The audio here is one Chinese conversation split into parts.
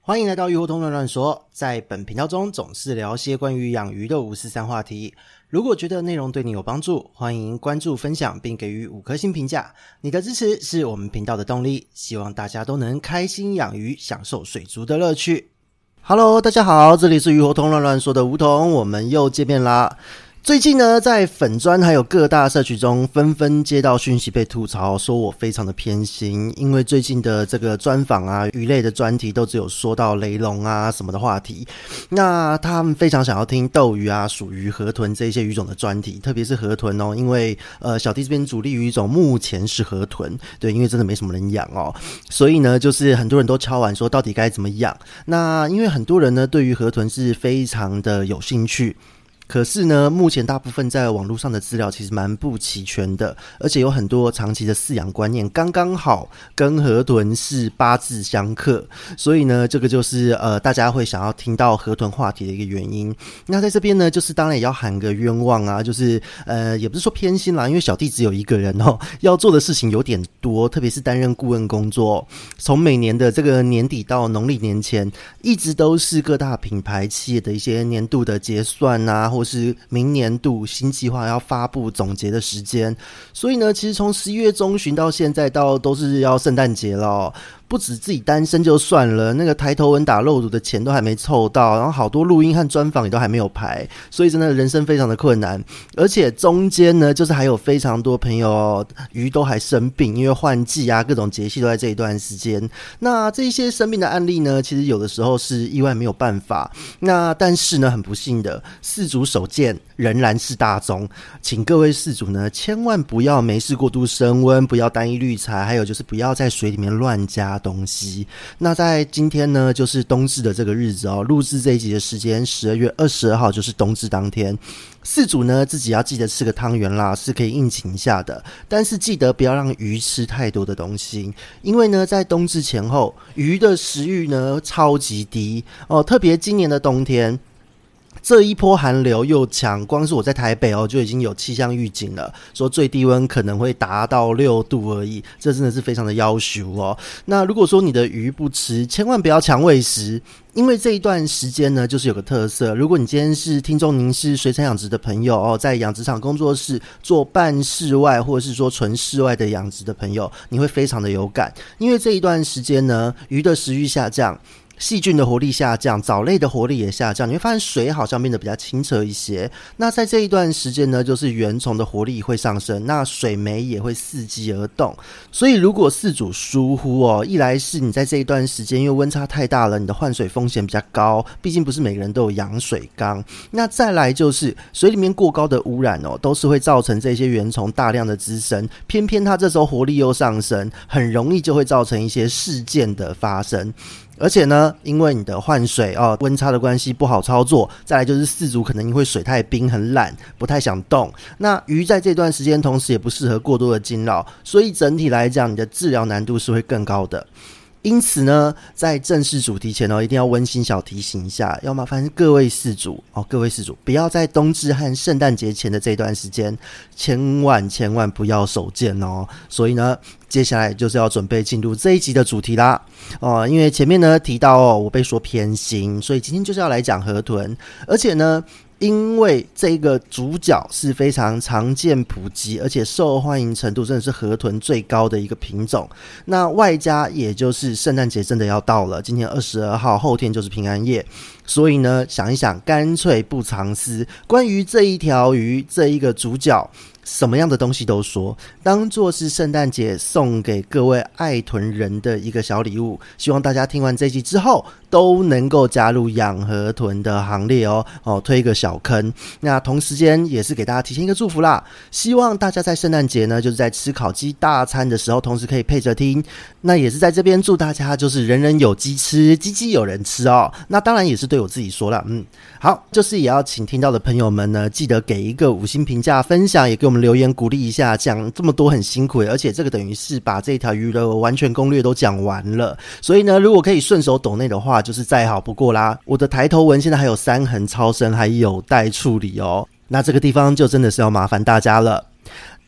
欢迎来到鱼活通乱乱说，在本频道中总是聊些关于养鱼的543话题。如果觉得内容对你有帮助，欢迎关注分享并给予5颗星评价，你的支持是我们频道的动力，希望大家都能开心养鱼，享受水族的乐趣。Hello， 大家好，这里是鱼活通乱乱说的梧桐，我们又见面啦。最近呢，在粉专还有各大社区中纷纷接到讯息被吐槽，说我非常的偏心，因为最近的这个专访啊，鱼类的专题都只有说到雷龙啊什么的话题，那他们非常想要听斗鱼啊、属鱼、河豚这些鱼种的专题，特别是河豚哦，因为小弟这边主力鱼种目前是河豚，对，因为真的没什么人养哦，所以呢，就是很多人都敲碗说到底该怎么养。那因为很多人呢对于河豚是非常的有兴趣。可是呢，目前大部分在网络上的资料其实蛮不齐全的，而且有很多长期的饲养观念刚刚好跟河豚是八字相克，所以呢，这个就是大家会想要听到河豚话题的一个原因。那在这边呢，就是当然也要喊个冤枉啊，就是也不是说偏心啦，因为小弟只有一个人哦，要做的事情有点多，特别是担任顾问工作，从每年的这个年底到农历年前，一直都是各大品牌企业的一些年度的结算啊。或是明年度新计划要发布总结的时间，所以呢，其实从11月中旬到现在都是要圣诞节了哦。不止自己单身就算了，那个抬头文打肉毒的钱都还没凑到，然后好多录音和专访也都还没有排，所以真的人生非常的困难。而且中间呢，就是还有非常多朋友鱼都还生病，因为换季啊，各种节气都在这一段时间。那这些生病的案例呢，其实有的时候是意外没有办法。那但是呢，很不幸的，饲主手贱仍然是大宗，请各位饲主呢，千万不要没事过度升温，不要单一滤材，还有就是不要在水里面乱加东西。那在今天呢，就是冬至的这个日子哦，录制这一集的时间12月22号就是冬至当天。饲主呢自己要记得吃个汤圆啦，是可以应景一下的，但是记得不要让鱼吃太多的东西，因为呢在冬至前后，鱼的食欲呢超级低哦，特别今年的冬天。这一波寒流又强，光是我在台北就已经有气象预警了，说最低温可能会达到6度而已，这真的是非常的要求哦。那如果说你的鱼不吃，千万不要抢喂食，因为这一段时间呢，就是有个特色。如果你今天是听众，您是水产养殖的朋友在养殖场工作室做半室外或者是说纯室外的养殖的朋友，你会非常的有感，因为这一段时间呢，鱼的食欲下降。细菌的活力下降，藻类的活力也下降，你会发现水好像变得比较清澈一些。那在这一段时间呢，就是原虫的活力会上升，那水媒也会伺机而动。所以如果饲主疏忽一来是你在这一段时间因为温差太大了，你的换水风险比较高，毕竟不是每个人都有养水缸。那再来就是水里面过高的污染都是会造成这些原虫大量的滋生，偏偏它这时候活力又上升，很容易就会造成一些事件的发生。而且呢，因为你的换水温差的关系不好操作，再来就是饲主可能因为水太冰很懒，不太想动。那鱼在这段时间同时也不适合过多的惊扰，所以整体来讲，你的治疗难度是会更高的。因此呢，在正式主题前一定要温馨小提醒一下，要麻烦各位饲主不要在冬至和圣诞节前的这段时间，千万不要手贱哦。所以呢，接下来就是要准备进入这一集的主题啦。因为前面呢提到我被说偏心，所以今天就是要来讲河豚，而且呢。因为这个主角是非常常见普及，而且受欢迎程度真的是河豚最高的一个品种。那外加也就是圣诞节真的要到了，今天22号，后天就是平安夜。所以呢，想一想，干脆不藏私，关于这一条鱼，这一个主角，什么样的东西都说，当作是圣诞节送给各位爱豚人的一个小礼物。希望大家听完这集之后都能够加入养河豚的行列推一个小坑。那同时间也是给大家提前一个祝福啦，希望大家在圣诞节呢，就是在吃烤鸡大餐的时候，同时可以配着听。那也是在这边祝大家就是人人有鸡吃，鸡鸡有人吃那当然也是对我自己说啦。好，就是也要请听到的朋友们呢，记得给一个5星评价，分享也给我们留言鼓励一下。讲这么多很辛苦而且这个等于是把这条鱼的完全攻略都讲完了。所以呢，如果可以顺手抖内的话，就是再好不过啦。我的抬头纹现在还有3横超深，还有待处理那这个地方就真的是要麻烦大家了。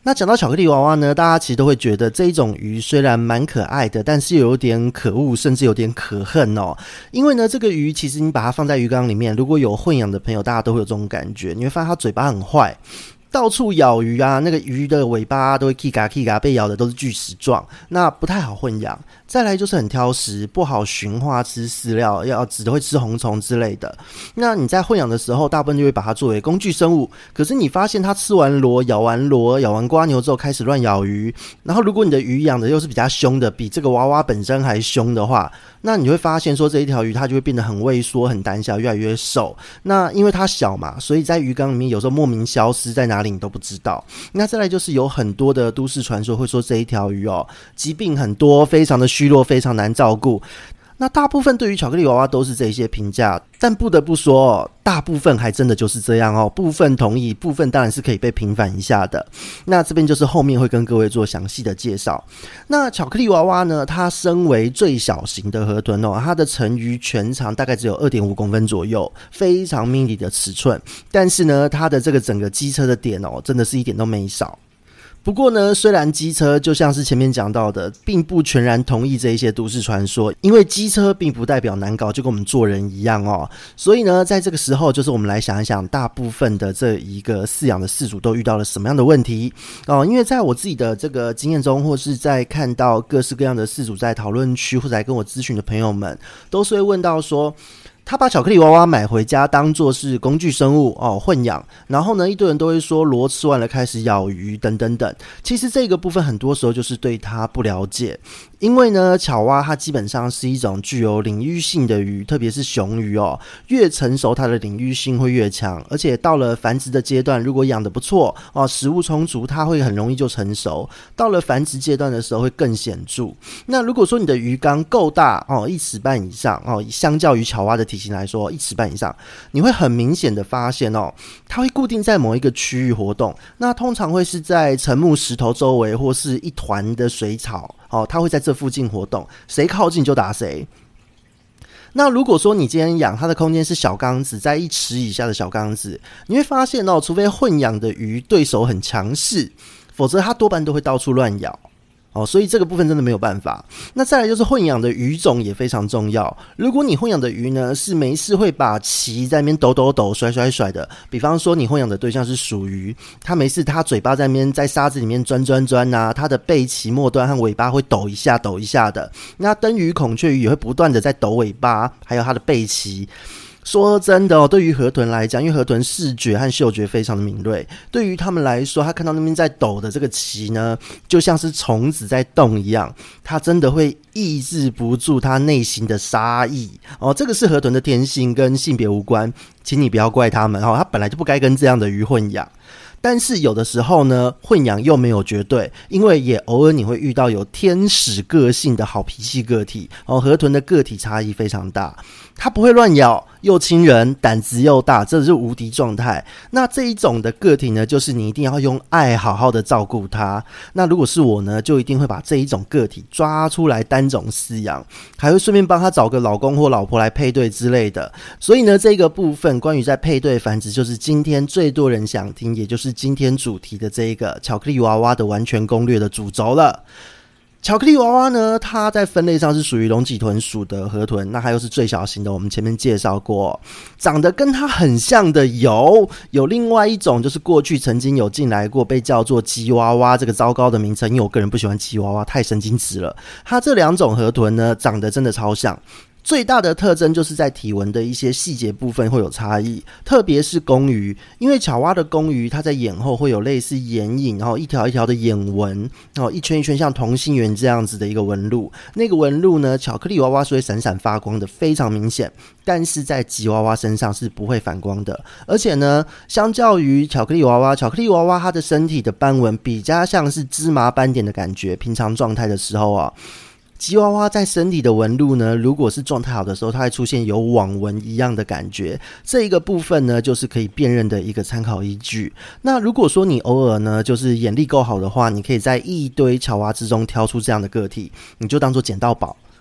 那讲到巧克力娃娃呢，大家其实都会觉得这一种鱼虽然蛮可爱的，但是有点可恶，甚至有点可恨哦。因为呢，这个鱼其实你把它放在鱼缸里面，如果有混养的朋友，大家都会有这种感觉，你会发现它嘴巴很坏，到处咬鱼啊，那个鱼的尾巴都会 Kika 被咬的都是锯齿状，那不太好混养。再来就是很挑食，不好驯化吃饲料，只会吃红虫之类的。那你在混养的时候，大部分就会把它作为工具生物。可是你发现它吃完螺、咬完瓜牛之后开始乱咬鱼，然后如果你的鱼养的又是比较凶的，比这个娃娃本身还凶的话，那你会发现说这一条鱼它就会变得很畏缩、很胆小，越来越瘦。那因为它小嘛，所以在鱼缸里面有时候莫名消失在哪里你都不知道。那再来就是有很多的都市传说会说这一条鱼疾病很多，非常的虚弱，非常难照顾。那大部分对于巧克力娃娃都是这些评价，但不得不说大部分还真的就是这样部分同意，部分当然是可以被平反一下的。那这边就是后面会跟各位做详细的介绍。那巧克力娃娃呢，它身为最小型的河豚它的成鱼全长大概只有 2.5 公分左右，非常 mini 的尺寸，但是呢它的这个整个机车的点真的是一点都没少。不过呢，虽然机车就像是前面讲到的，并不全然同意这一些都市传说，因为机车并不代表难搞，就跟我们做人一样所以呢，在这个时候，就是我们来想一想，大部分的这一个饲养的饲主都遇到了什么样的问题因为在我自己的这个经验中，或是在看到各式各样的饲主在讨论区或者来跟我咨询的朋友们，都是会问到说，他把巧克力娃娃买回家当作是工具生物混养，然后呢一堆人都会说螺吃完了开始咬鱼等等等。其实这个部分很多时候就是对他不了解，因为呢巧蛙它基本上是一种具有领域性的鱼，特别是雄鱼越成熟它的领域性会越强，而且到了繁殖的阶段，如果养得不错食物充足，它会很容易就成熟，到了繁殖阶段的时候会更显著。那如果说你的鱼缸够大1尺半以上相较于巧蛙的体型来说1尺半以上，你会很明显的发现它会固定在某一个区域活动，那通常会是在沉木石头周围或是一团的水草它会在这附近活动，谁靠近就打谁。那如果说你今天养它的空间是小缸子，在1尺以下的小缸子，你会发现除非混养的鱼对手很强势，否则它多半都会到处乱咬所以这个部分真的没有办法。那再来就是混养的鱼种也非常重要。如果你混养的鱼呢是没事会把鳍在那边抖甩的，比方说你混养的对象是鼠鱼，它没事它嘴巴在那边在沙子里面钻它的背鳍末端和尾巴会抖一下的。那灯鱼孔雀鱼也会不断的在抖尾巴还有它的背鳍。说真的对于河豚来讲，因为河豚视觉和嗅觉非常的敏锐，对于他们来说，他看到那边在抖的这个鳍呢，就像是虫子在动一样，他真的会抑制不住他内心的杀意这个是河豚的天性，跟性别无关，请你不要怪他们他本来就不该跟这样的鱼混养。但是有的时候呢，混养又没有绝对，因为也偶尔你会遇到有天使个性的好脾气个体河豚的个体差异非常大，它不会乱咬，又亲人，胆子又大，这是无敌状态。那这一种的个体呢，就是你一定要用爱好好的照顾它。那如果是我呢，就一定会把这一种个体抓出来单种饲养，还会顺便帮他找个老公或老婆来配对之类的。所以呢，这个部分关于在配对繁殖，就是今天最多人想听，也就是今天主题的这一个巧克力娃娃的完全攻略的主轴了。巧克力娃娃呢，它在分类上是属于龙脊豚属的河豚，那它又是最小型的，我们前面介绍过。长得跟它很像的有另外一种，就是过去曾经有进来过被叫做吉娃娃这个糟糕的名称，因为我个人不喜欢吉娃娃，太神经质了。它这两种河豚呢，长得真的超像。最大的特征就是在体纹的一些细节部分会有差异，特别是公鱼，因为巧蛙的公鱼它在眼后会有类似眼影，然后一条一条的眼纹，然后一圈一圈像同心圆这样子的一个纹路，那个纹路呢，巧克力娃娃是会闪闪发光的，非常明显，但是在吉娃娃身上是不会反光的。而且呢，相较于巧克力娃娃它的身体的斑纹比较像是芝麻斑点的感觉，平常状态的时候吉娃娃在身体的纹路呢，如果是状态好的时候，它会出现有网纹一样的感觉，这一个部分呢，就是可以辨认的一个参考依据。那如果说你偶尔呢，就是眼力够好的话，你可以在一堆巧蛙之中挑出这样的个体，你就当做捡到宝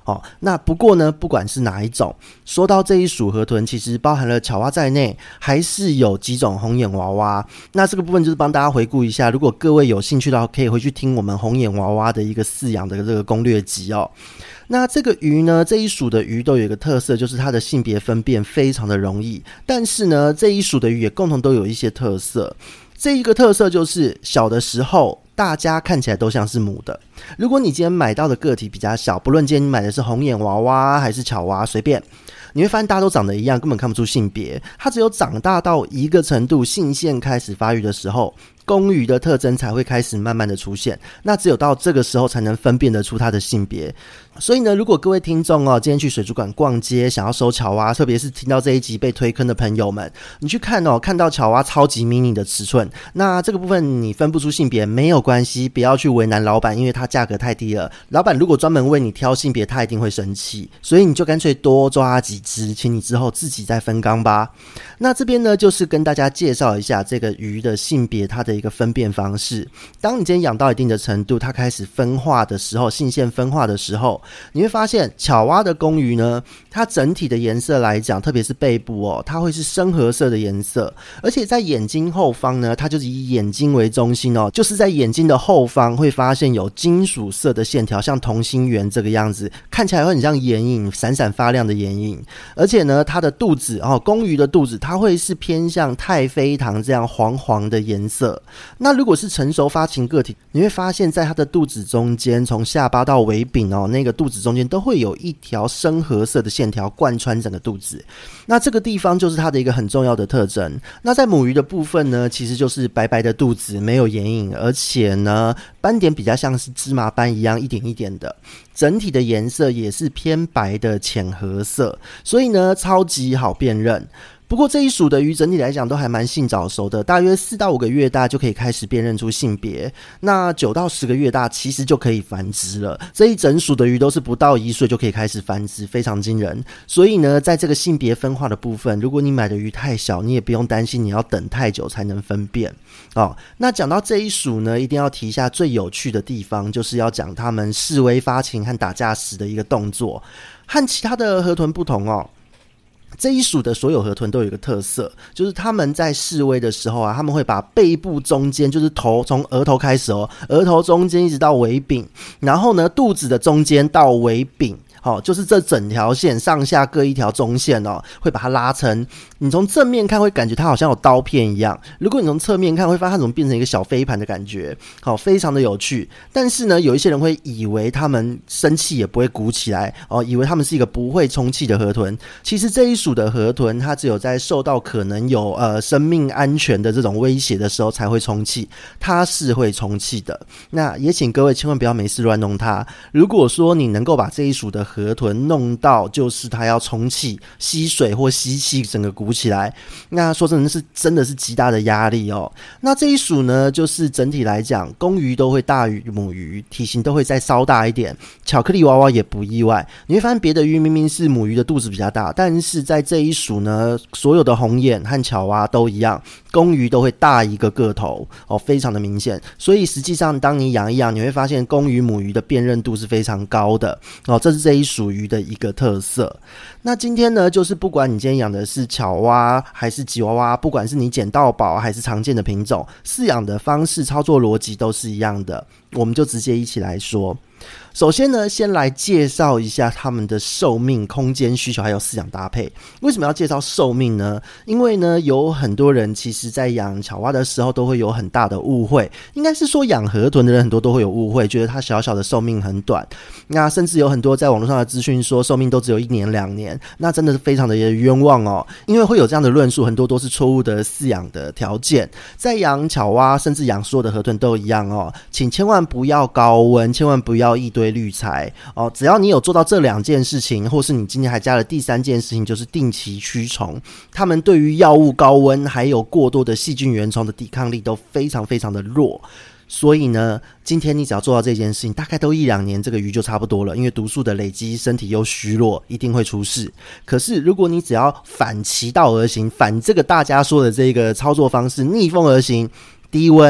那不过呢，不管是哪一种，说到这一属河豚，其实包含了巧蛙在内，还是有几种红眼娃娃。那这个部分就是帮大家回顾一下，如果各位有兴趣的话，可以回去听我们红眼娃娃的一个饲养的这个攻略集哦。那这个鱼呢，这一属的鱼都有一个特色，就是它的性别分辨非常的容易，但是呢，这一属的鱼也共同都有一些特色。这一个特色就是小的时候大家看起来都像是母的，如果你今天买到的个体比较小，不论今天你买的是红眼娃娃还是巧蛙，随便，你会发现大家都长得一样，根本看不出性别。它只有长大到一个程度，性腺开始发育的时候，公鱼的特征才会开始慢慢的出现，那只有到这个时候才能分辨得出它的性别。所以呢，如果各位听众今天去水族馆逛街，想要收巧蛙，特别是听到这一集被推坑的朋友们，你去看看到巧蛙超级迷你的尺寸，那这个部分你分不出性别没有关系，不要去为难老板，因为它价格太低了，老板如果专门为你挑性别，他一定会生气，所以你就干脆多抓几只，请你之后自己再分缸吧。那这边呢，就是跟大家介绍一下这个鱼的性别，它的一个分辨方式。当你今天养到一定的程度，它开始分化的时候，性腺分化的时候，你会发现巧蛙的公鱼呢，它整体的颜色来讲，特别是背部它会是深褐色的颜色，而且在眼睛后方呢，它就是以眼睛为中心就是在眼睛的后方会发现有金属色的线条，像同心圆这个样子，看起来会很像眼影，闪闪发亮的眼影。而且呢，它的肚子公鱼的肚子，它会是偏向太妃糖这样黄黄的颜色。那如果是成熟发情个体，你会发现在它的肚子中间，从下巴到尾柄那个肚子中间都会有一条深褐色的线条贯穿整个肚子，那这个地方就是它的一个很重要的特征。那在母鱼的部分呢，其实就是白白的肚子，没有眼影，而且呢斑点比较像是芝麻斑一样一点一点的，整体的颜色也是偏白的浅褐色，所以呢超级好辨认。不过这一属的鱼整体来讲都还蛮性早熟的，大约4到5个月大就可以开始辨认出性别，那9到10个月大其实就可以繁殖了。这一整属的鱼都是不到1岁就可以开始繁殖，非常惊人。所以呢，在这个性别分化的部分，如果你买的鱼太小，你也不用担心你要等太久才能分辨那讲到这一属呢，一定要提一下最有趣的地方，就是要讲他们示威发情和打架时的一个动作。和其他的河豚不同这一属的所有河豚都有一个特色，就是他们在示威的时候他们会把背部中间，就是头从额头开始额头中间一直到尾柄，然后呢肚子的中间到尾柄，就是这整条线上下各一条中线会把它拉成，你从正面看会感觉它好像有刀片一样，如果你从侧面看会发现它怎么变成一个小飞盘的感觉，非常的有趣。但是呢，有一些人会以为他们生气也不会鼓起来以为他们是一个不会充气的河豚。其实这一属的河豚，它只有在受到可能有生命安全的这种威胁的时候才会充气，它是会充气的。那也请各位千万不要没事乱弄它。如果说你能够把这一属的河豚弄到就是它要充气吸水或吸气整个鼓起来，那说真的是极大的压力那这一属呢，就是整体来讲公鱼都会大于母鱼，体型都会再稍大一点，巧克力娃娃也不意外。你会发现别的鱼明明是母鱼的肚子比较大，但是在这一属呢，所有的红眼和巧蛙都一样，公鱼都会大一个个头非常的明显。所以实际上当你养一养，你会发现公鱼母鱼的辨认度是非常高的这是这一属鱼的一个特色。那今天呢，就是不管你今天养的是巧蛙还是吉娃娃，不管是你捡到宝还是常见的品种，饲养的方式操作逻辑都是一样的，我们就直接一起来说。首先呢，先来介绍一下他们的寿命、空间需求还有饲养搭配。为什么要介绍寿命呢？因为呢，有很多人其实在养巧蛙的时候都会有很大的误会，应该是说养河豚的人很多都会有误会，觉得它小小的寿命很短，那甚至有很多在网络上的资讯说寿命都只有1年2年，那真的是非常的冤枉因为会有这样的论述，很多都是错误的饲养的条件。在养巧蛙甚至养所有的河豚都一样请千万不要高温，千万不要一堆滤材只要你有做到这2件事情，或是你今天还加了第3件事情，就是定期驱虫，他们对于药物、高温还有过多的细菌原虫的抵抗力都非常非常的弱。所以呢，今天你只要做到这件事情，大概都1-2年这个鱼就差不多了，因为毒素的累积，身体又虚弱，一定会出事。可是如果你只要反其道而行，反这个大家说的这个操作方式，逆风而行，低温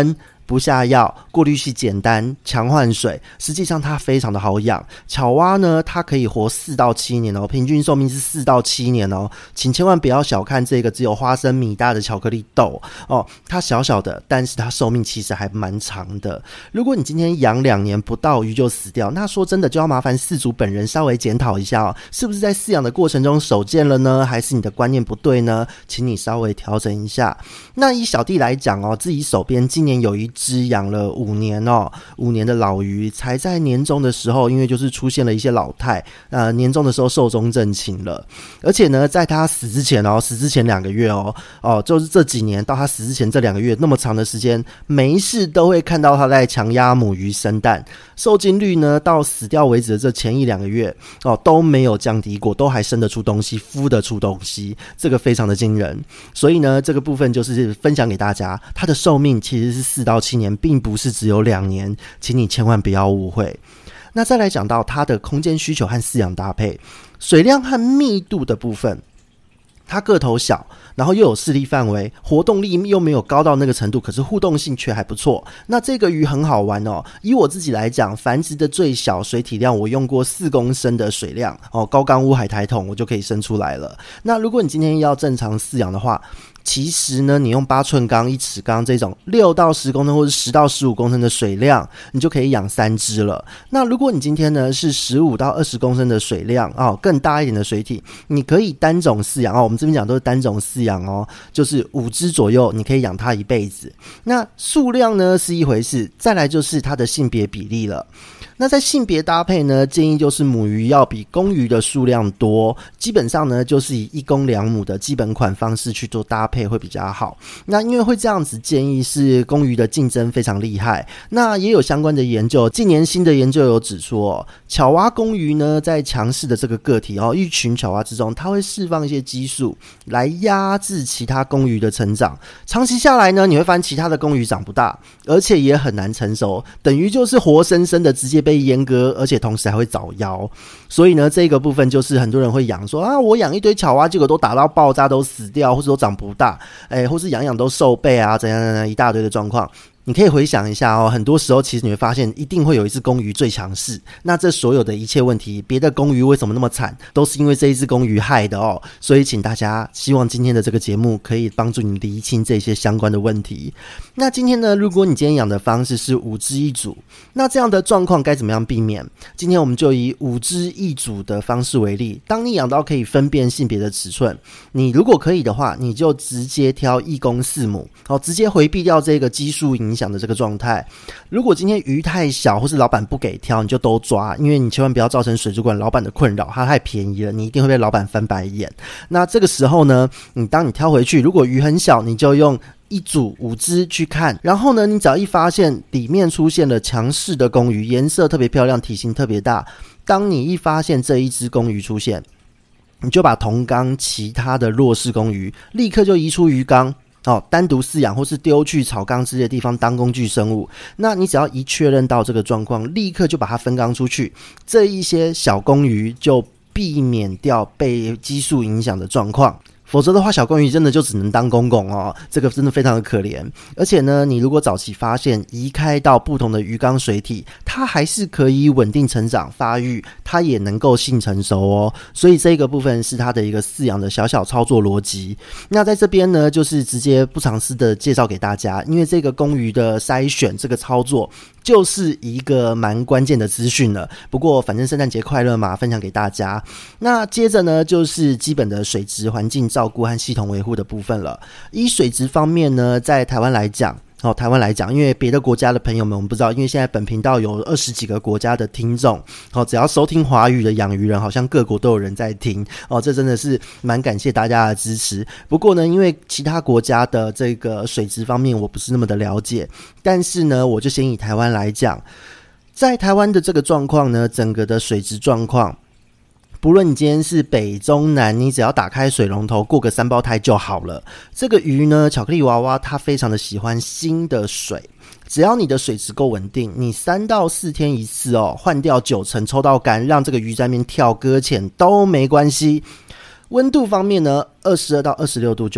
不下药，过滤器简单，强换水，实际上它非常的好养。巧蛙呢，它可以活4到7年哦，平均寿命是4到7年哦，请千万不要小看这个只有花生米大的巧克力豆哦，它小小的，但是它寿命其实还蛮长的。如果你今天养2年不到鱼就死掉，那说真的就要麻烦饲主本人稍微检讨一下哦，是不是在饲养的过程中手贱了呢？还是你的观念不对呢？请你稍微调整一下。那以小弟来讲哦，自己手边今年有一只养了5年哦，5年的老鱼，才在年终的时候，因为就是出现了一些老态，年终的时候寿终正寝了。而且呢，在他死之前2个月就是这几年到他死之前这2个月那么长的时间，每一世都会看到他在强压母鱼生蛋，受精率呢到死掉为止的这前1-2个月都没有降低过，都还生得出东西，孵得出东西，这个非常的惊人。所以呢，这个部分就是分享给大家，它的寿命其实是4到7年，并不是只有2年，请你千万不要误会。那再来讲到它的空间需求和饲养搭配，水量和密度的部分，它个头小，然后又有视力范围，活动力又没有高到那个程度，可是互动性却还不错。那这个鱼很好玩哦，以我自己来讲，繁殖的最小水体量我用过4公升的水量高缸屋海苔桶我就可以生出来了。那如果你今天要正常饲养的话，其实呢，你用8寸缸、1尺缸这种6到10公升或者10到15公升的水量，你就可以养3只了。那如果你今天呢是15到20公升的水量更大一点的水体，你可以单种饲养我们这边讲都是单种饲养就是5只左右，你可以养它一辈子。那数量呢是一回事，再来就是它的性别比例了。那在性别搭配呢，建议就是母鱼要比公鱼的数量多，基本上呢就是以1公2母的基本款方式去做搭配会比较好。那因为会这样子建议是公鱼的竞争非常厉害，那也有相关的研究，近年新的研究有指出巧蛙公鱼呢在强势的这个个体一群巧蛙之中，它会释放一些激素来压制其他公鱼的成长，长期下来呢，你会发现其他的公鱼长不大，而且也很难成熟，等于就是活生生的直接被阉割，而且同时还会早夭。所以呢，这个部分就是很多人会养说我养一堆巧蛙，结果都打到爆炸，都死掉，或者都长不大，或是养都瘦背怎样一大堆的状况。你可以回想一下很多时候其实你会发现一定会有一只公鱼最强势，那这所有的一切问题，别的公鱼为什么那么惨，都是因为这一只公鱼害的所以请大家希望今天的这个节目可以帮助你厘清这些相关的问题。那今天呢，如果你今天养的方式是5只1组，那这样的状况该怎么样避免？今天我们就以5只1组的方式为例，当你养到可以分辨性别的尺寸，你如果可以的话，你就直接挑1公4母直接回避掉这个基数影响的这个状态。如果今天鱼太小或是老板不给挑，你就都抓，因为你千万不要造成水族馆老板的困扰，它太便宜了，你一定会被老板翻白眼。那这个时候呢，当你挑回去，如果鱼很小，你就用1组5只去看，然后呢，你只要一发现里面出现了强势的公鱼，颜色特别漂亮，体型特别大，当你一发现这一只公鱼出现，你就把同缸其他的弱势公鱼立刻就移出鱼缸单独饲养，或是丢去草缸之类的地方当工具生物。那你只要一确认到这个状况，立刻就把它分缸出去，这一些小公鱼就避免掉被激素影响的状况。否则的话，小公鱼真的就只能当公公这个真的非常的可怜。而且呢，你如果早期发现移开到不同的鱼缸水体，它还是可以稳定成长发育，它也能够性成熟所以这个部分是它的一个饲养的小小操作逻辑。那在这边呢，就是直接不藏私的介绍给大家，因为这个公鱼的筛选这个操作就是一个蛮关键的资讯了。不过反正圣诞节快乐嘛，分享给大家。那接着呢，就是基本的水质环境照顾和系统维护的部分了。以水质方面呢，在台湾来讲，因为别的国家的朋友们我们不知道，因为现在本频道有20几个国家的听众只要收听华语的养鱼人，好像各国都有人在听这真的是蛮感谢大家的支持。不过呢，因为其他国家的这个水质方面我不是那么的了解，但是呢，我就先以台湾来讲，在台湾的这个状况呢，整个的水质状况，不论你今天是北中南，你只要打开水龙头过个3胞胎就好了。这个鱼呢，巧克力娃娃它非常的喜欢新的水，只要你的水质够稳定，你3到4天一次换掉9成抽到干，让这个鱼在那边跳搁浅都没关系。温度方面呢，22到26度就好。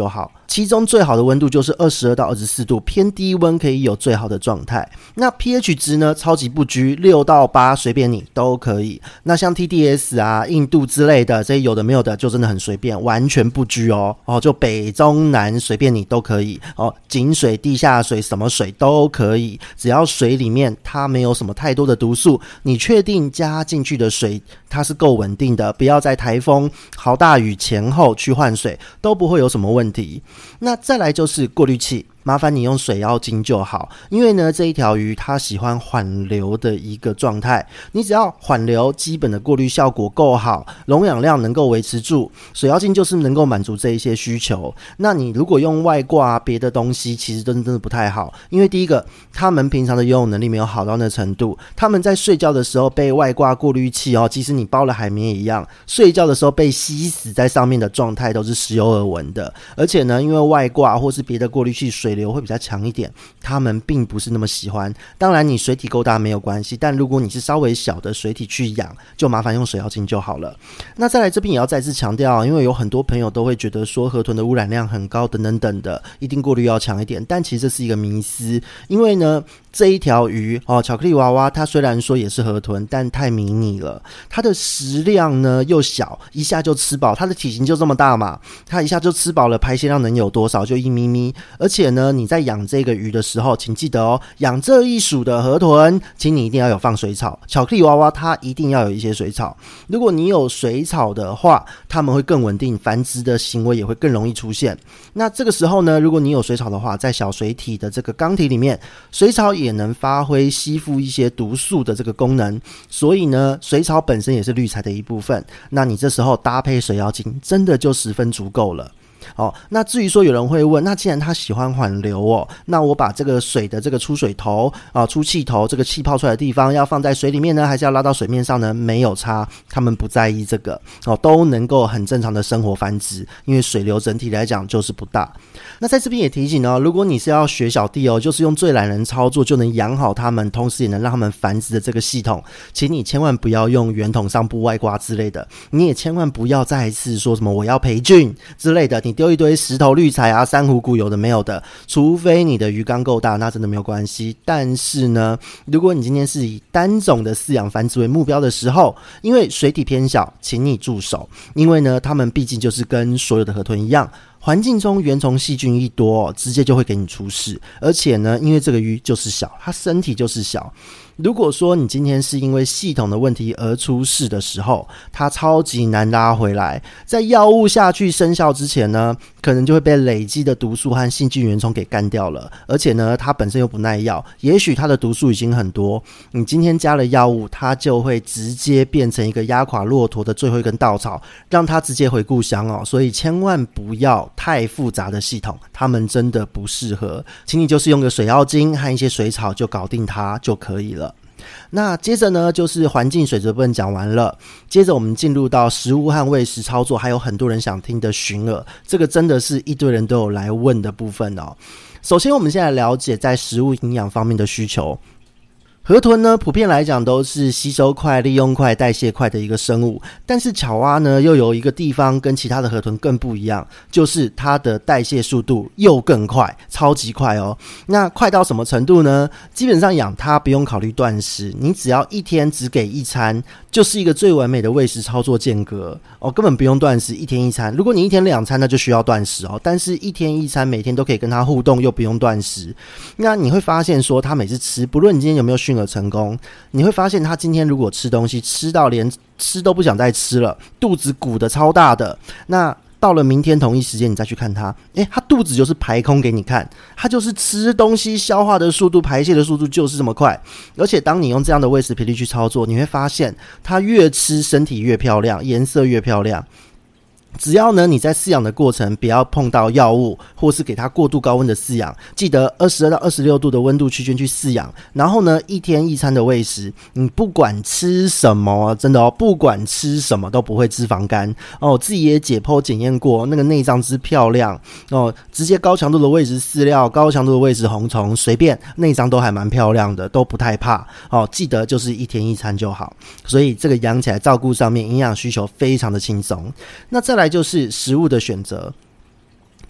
其中最好的温度就是22到24度，偏低温可以有最好的状态。那 pH 值呢，超级不拘，6到8随便你都可以。那像 TDS 啊、硬度之类的，这些有的没有的就真的很随便，完全不拘哦。就北中南随便你都可以哦，井水、地下水什么水都可以，只要水里面它没有什么太多的毒素，你确定加进去的水它是够稳定的，不要在台风、豪大雨前后去换水，都不会有什么问题。那再来就是过滤器，麻烦你用水妖精就好，因为呢这一条鱼它喜欢缓流的一个状态，你只要缓流，基本的过滤效果够好，溶氧量能够维持住，水妖精就是能够满足这一些需求。那你如果用外挂别的东西，其实真的不太好，因为第一个，他们平常的游泳能力没有好到那程度，他们在睡觉的时候被外挂过滤器即使你包了海绵也一样，睡觉的时候被吸死在上面的状态都是时有耳闻的。而且呢，因为外挂或是别的过滤器水流会比较强一点，他们并不是那么喜欢。当然你水体够大没有关系，但如果你是稍微小的水体去养，就麻烦用水妖精就好了。那再来这边也要再次强调，因为有很多朋友都会觉得说河豚的污染量很高等等等的，一定过滤要强一点，但其实这是一个迷思。因为呢这一条鱼巧克力娃娃它虽然说也是河豚，但太迷你了，它的食量呢又小，一下就吃饱，它的体型就这么大嘛，它一下就吃饱了，排泄量能有多少？就1咪咪。而且呢你在养这个鱼的时候，请记得养这一属的河豚，请你一定要有放水草，巧克力娃娃它一定要有一些水草。如果你有水草的话，它们会更稳定，繁殖的行为也会更容易出现。那这个时候呢，如果你有水草的话，在小水体的这个缸体里面，水草也能发挥吸附一些毒素的这个功能，所以呢水草本身也是滤材的一部分，那你这时候搭配水妖精真的就十分足够了。那至于说有人会问，那既然他喜欢缓流那我把这个水的这个出水头出气头，这个气泡出来的地方要放在水里面呢，还是要拉到水面上呢？没有差，他们不在意这个都能够很正常的生活繁殖，因为水流整体来讲就是不大。那在这边也提醒如果你是要学小弟就是用最懒人操作就能养好他们，同时也能让他们繁殖的这个系统，请你千万不要用圆筒上部外挂之类的，你也千万不要再一次说什么我要培菌之类的，你丢一堆石头滤材啊、珊瑚骨有的没有的，除非你的鱼缸够大，那真的没有关系。但是呢，如果你今天是以单种的饲养繁殖为目标的时候，因为水体偏小，请你住手，因为呢，它们毕竟就是跟所有的河豚一样，环境中原虫细菌一多直接就会给你出事。而且呢，因为这个鱼就是小，它身体就是小，如果说你今天是因为系统的问题而出事的时候，它超级难拉回来，在药物下去生效之前呢，可能就会被累积的毒素和细菌原虫给干掉了。而且呢，它本身又不耐药，也许它的毒素已经很多，你今天加了药物，它就会直接变成一个压垮骆驼的最后一根稻草，让它直接回故乡所以千万不要太复杂的系统，它们真的不适合，请你就是用个水妖精和一些水草就搞定它就可以了。那接着呢，就是环境水质部分讲完了，接着我们进入到食物和喂食操作，还有很多人想听的寻饵，这个真的是一堆人都有来问的部分首先我们现在了解在食物营养方面的需求。河豚呢，普遍来讲都是吸收快、利用快、代谢快的一个生物，但是巧蛙呢，又有一个地方跟其他的河豚更不一样，就是它的代谢速度又更快，超级快那快到什么程度呢？基本上养它不用考虑断食，你只要一天只给一餐，就是一个最完美的喂食操作间隔根本不用断食，一天一餐。如果你一天2餐，那就需要断食但是一天一餐，每天都可以跟它互动，又不用断食。那你会发现说，它每次吃，不论你今天有没有训饵成功，你会发现它今天如果吃东西吃到连吃都不想再吃了，肚子鼓得超大的，那到了明天同一时间你再去看它，它肚子就是排空给你看，它就是吃东西消化的速度、排泄的速度就是这么快。而且当你用这样的喂食频率去操作，你会发现它越吃身体越漂亮，颜色越漂亮。只要呢你在饲养的过程不要碰到药物，或是给它过度高温的饲养，记得22到26度的温度区间去饲养，然后呢一天一餐的喂食，你不管吃什么，真的不管吃什么都不会脂肪肝自己也解剖检验过，那个内脏之漂亮直接高强度的喂食饲料，高强度的喂食红虫，随便内脏都还蛮漂亮的，都不太怕记得就是一天一餐就好。所以这个养起来照顾上面营养需求非常的轻松。那再来就是食物的选择，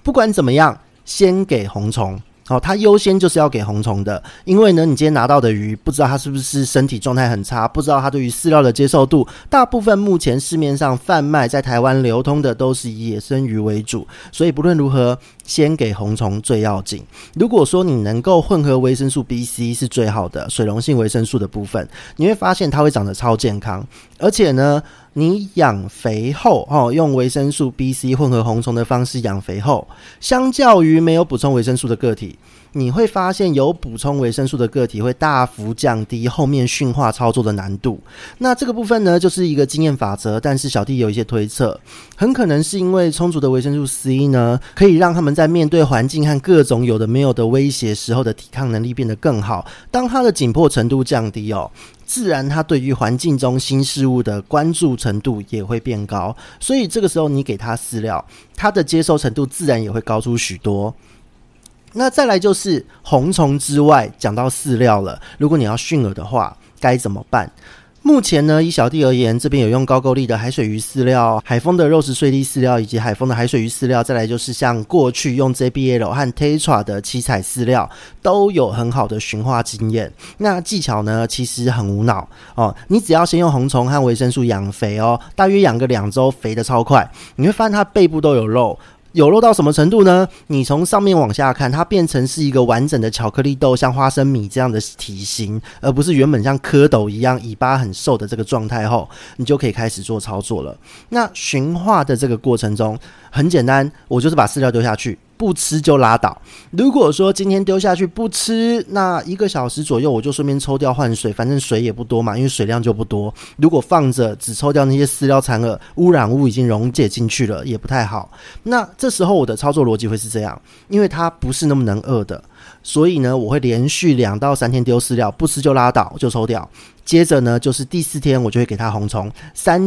不管怎么样，先给红虫。它优先就是要给红虫的，因为呢，你今天拿到的鱼，不知道它是不是身体状态很差，不知道它对于饲料的接受度。大部分目前市面上贩卖在台湾流通的都是以野生鱼为主，所以不论如何，先给红虫最要紧。如果说你能够混合维生素 B、C 是最好的水溶性维生素的部分，你会发现它会长得超健康，而且呢，你养肥后用维生素 B、C 混合红虫的方式养肥后，相较于没有补充维生素的个体，你会发现有补充维生素的个体会大幅降低后面驯化操作的难度。那这个部分呢，就是一个经验法则，但是小弟有一些推测，很可能是因为充足的维生素 C 呢，可以让他们在面对环境和各种有的没有的威胁时候的抵抗能力变得更好。当它的紧迫程度降低自然它对于环境中新事物的关注程度也会变高，所以这个时候你给它饲料，它的接受程度自然也会高出许多。那再来就是红虫之外，讲到饲料了，如果你要驯饵的话该怎么办？目前呢，以小弟而言，这边有用高câu利的海水鱼饲料、海丰的肉食碎粒饲料以及海丰的海水鱼饲料，再来就是像过去用 JBL 和 Tetra 的七彩饲料，都有很好的驯化经验。那技巧呢，其实很无脑你只要先用红虫和维生素养肥大约养个2周，肥的超快，你会发现它背部都有肉。有肉到什么程度呢？你从上面往下看，它变成是一个完整的巧克力豆，像花生米这样的体型，而不是原本像蝌蚪一样尾巴很瘦的这个状态后，你就可以开始做操作了。那驯化的这个过程中很简单，我就是把饲料丢下去，不吃就拉倒。如果说今天丢下去不吃，那1个小时左右我就顺便抽掉换水，反正水也不多嘛，因为水量就不多。如果放着只抽掉那些饲料残饵，污染物已经溶解进去了，也不太好。那这时候我的操作逻辑会是这样，因为它不是那么能饿的，所以呢，我会连续2到3天丢饲料，不吃就拉倒，就抽掉。接着呢，就是第4天我就会给它红虫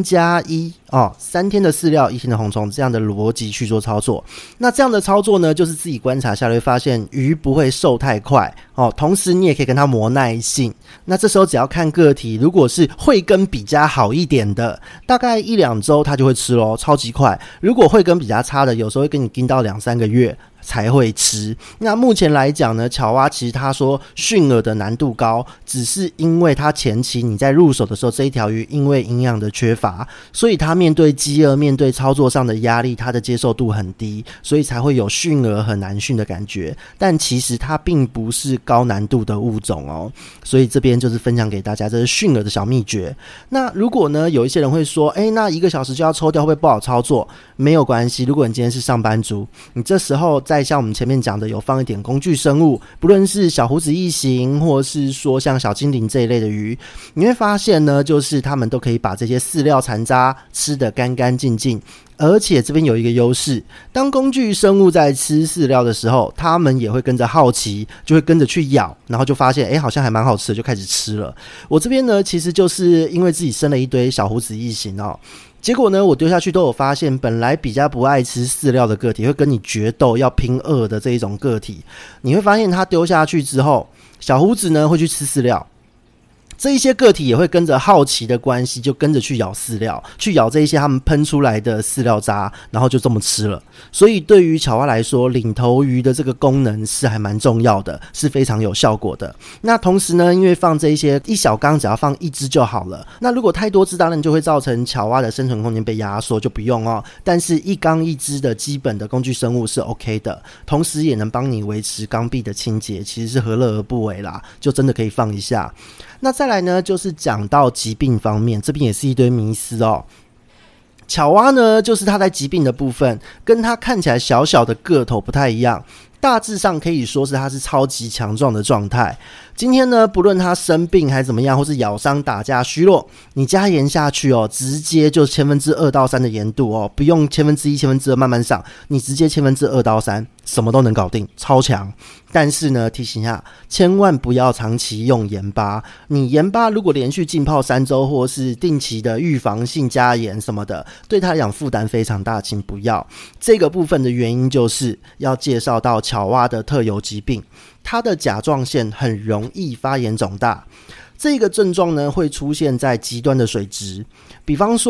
，3+1 3天的饲料1天的红虫，这样的逻辑去做操作。那这样的操作呢，就是自己观察下来会发现鱼不会瘦太快同时你也可以跟它磨耐性。那这时候只要看个体，如果是慧根比较好一点的，大概1-2周它就会吃咯，超级快。如果慧根比较差的，有时候会跟你盯到2-3个月才会吃。那目前来讲呢，巧蛙其实他说驯饵的难度高，只是因为他前期你在入手的时候，这一条鱼因为营养的缺乏，所以他面对饥饿，面对操作上的压力，他的接受度很低，所以才会有驯饵很难驯的感觉。但其实它并不是高难度的物种所以这边就是分享给大家，这是驯饵的小秘诀。那如果呢，有一些人会说那1个小时就要抽掉，会不会不好操作？没有关系，如果你今天是上班族，你这时候再像我们前面讲的有放一点工具生物，不论是小胡子异形或是说像小精灵这一类的鱼，你会发现呢，就是他们都可以把这些饲料残渣吃得干干净净。而且这边有一个优势，当工具生物在吃饲料的时候，他们也会跟着好奇，就会跟着去咬，然后就发现好像还蛮好吃的，就开始吃了。我这边呢，其实就是因为自己生了一堆小胡子异形结果呢，我丢下去都有发现，本来比较不爱吃饲料的个体，会跟你决斗要拼饿的这一种个体，你会发现它丢下去之后，小胡子呢会去吃饲料，这一些个体也会跟着好奇的关系，就跟着去咬饲料，去咬这一些他们喷出来的饲料渣，然后就这么吃了。所以对于巧蛙来说，领头鱼的这个功能是还蛮重要的，是非常有效果的。那同时呢，因为放这一些一小缸只要放1只就好了，那如果太多只当然就会造成巧蛙的生存空间被压缩，就不用但是1缸1只的基本的工具生物是 OK 的，同时也能帮你维持缸壁的清洁，其实是何乐而不为啦，就真的可以放一下。那再来呢，就是讲到疾病方面，这边也是一堆迷思巧蛙呢，就是它在疾病的部分，跟它看起来小小的个头不太一样，大致上可以说是它是超级强壮的状态。今天呢，不论它生病还怎么样，或是咬伤、打架、虚弱，你加盐下去直接就2%到3%的盐度不用1/1000、2%慢慢上，你直接2%到3%，什么都能搞定，超强。但是呢，提醒一下，千万不要长期用盐巴。你盐巴如果连续浸泡3周，或是定期的预防性加盐什么的，对它来讲负担非常大，请不要。这个部分的原因就是要介绍到巧蛙的特有疾病，它的甲状腺很容易发炎肿大。这个症状呢，会出现在极端的水质，比方说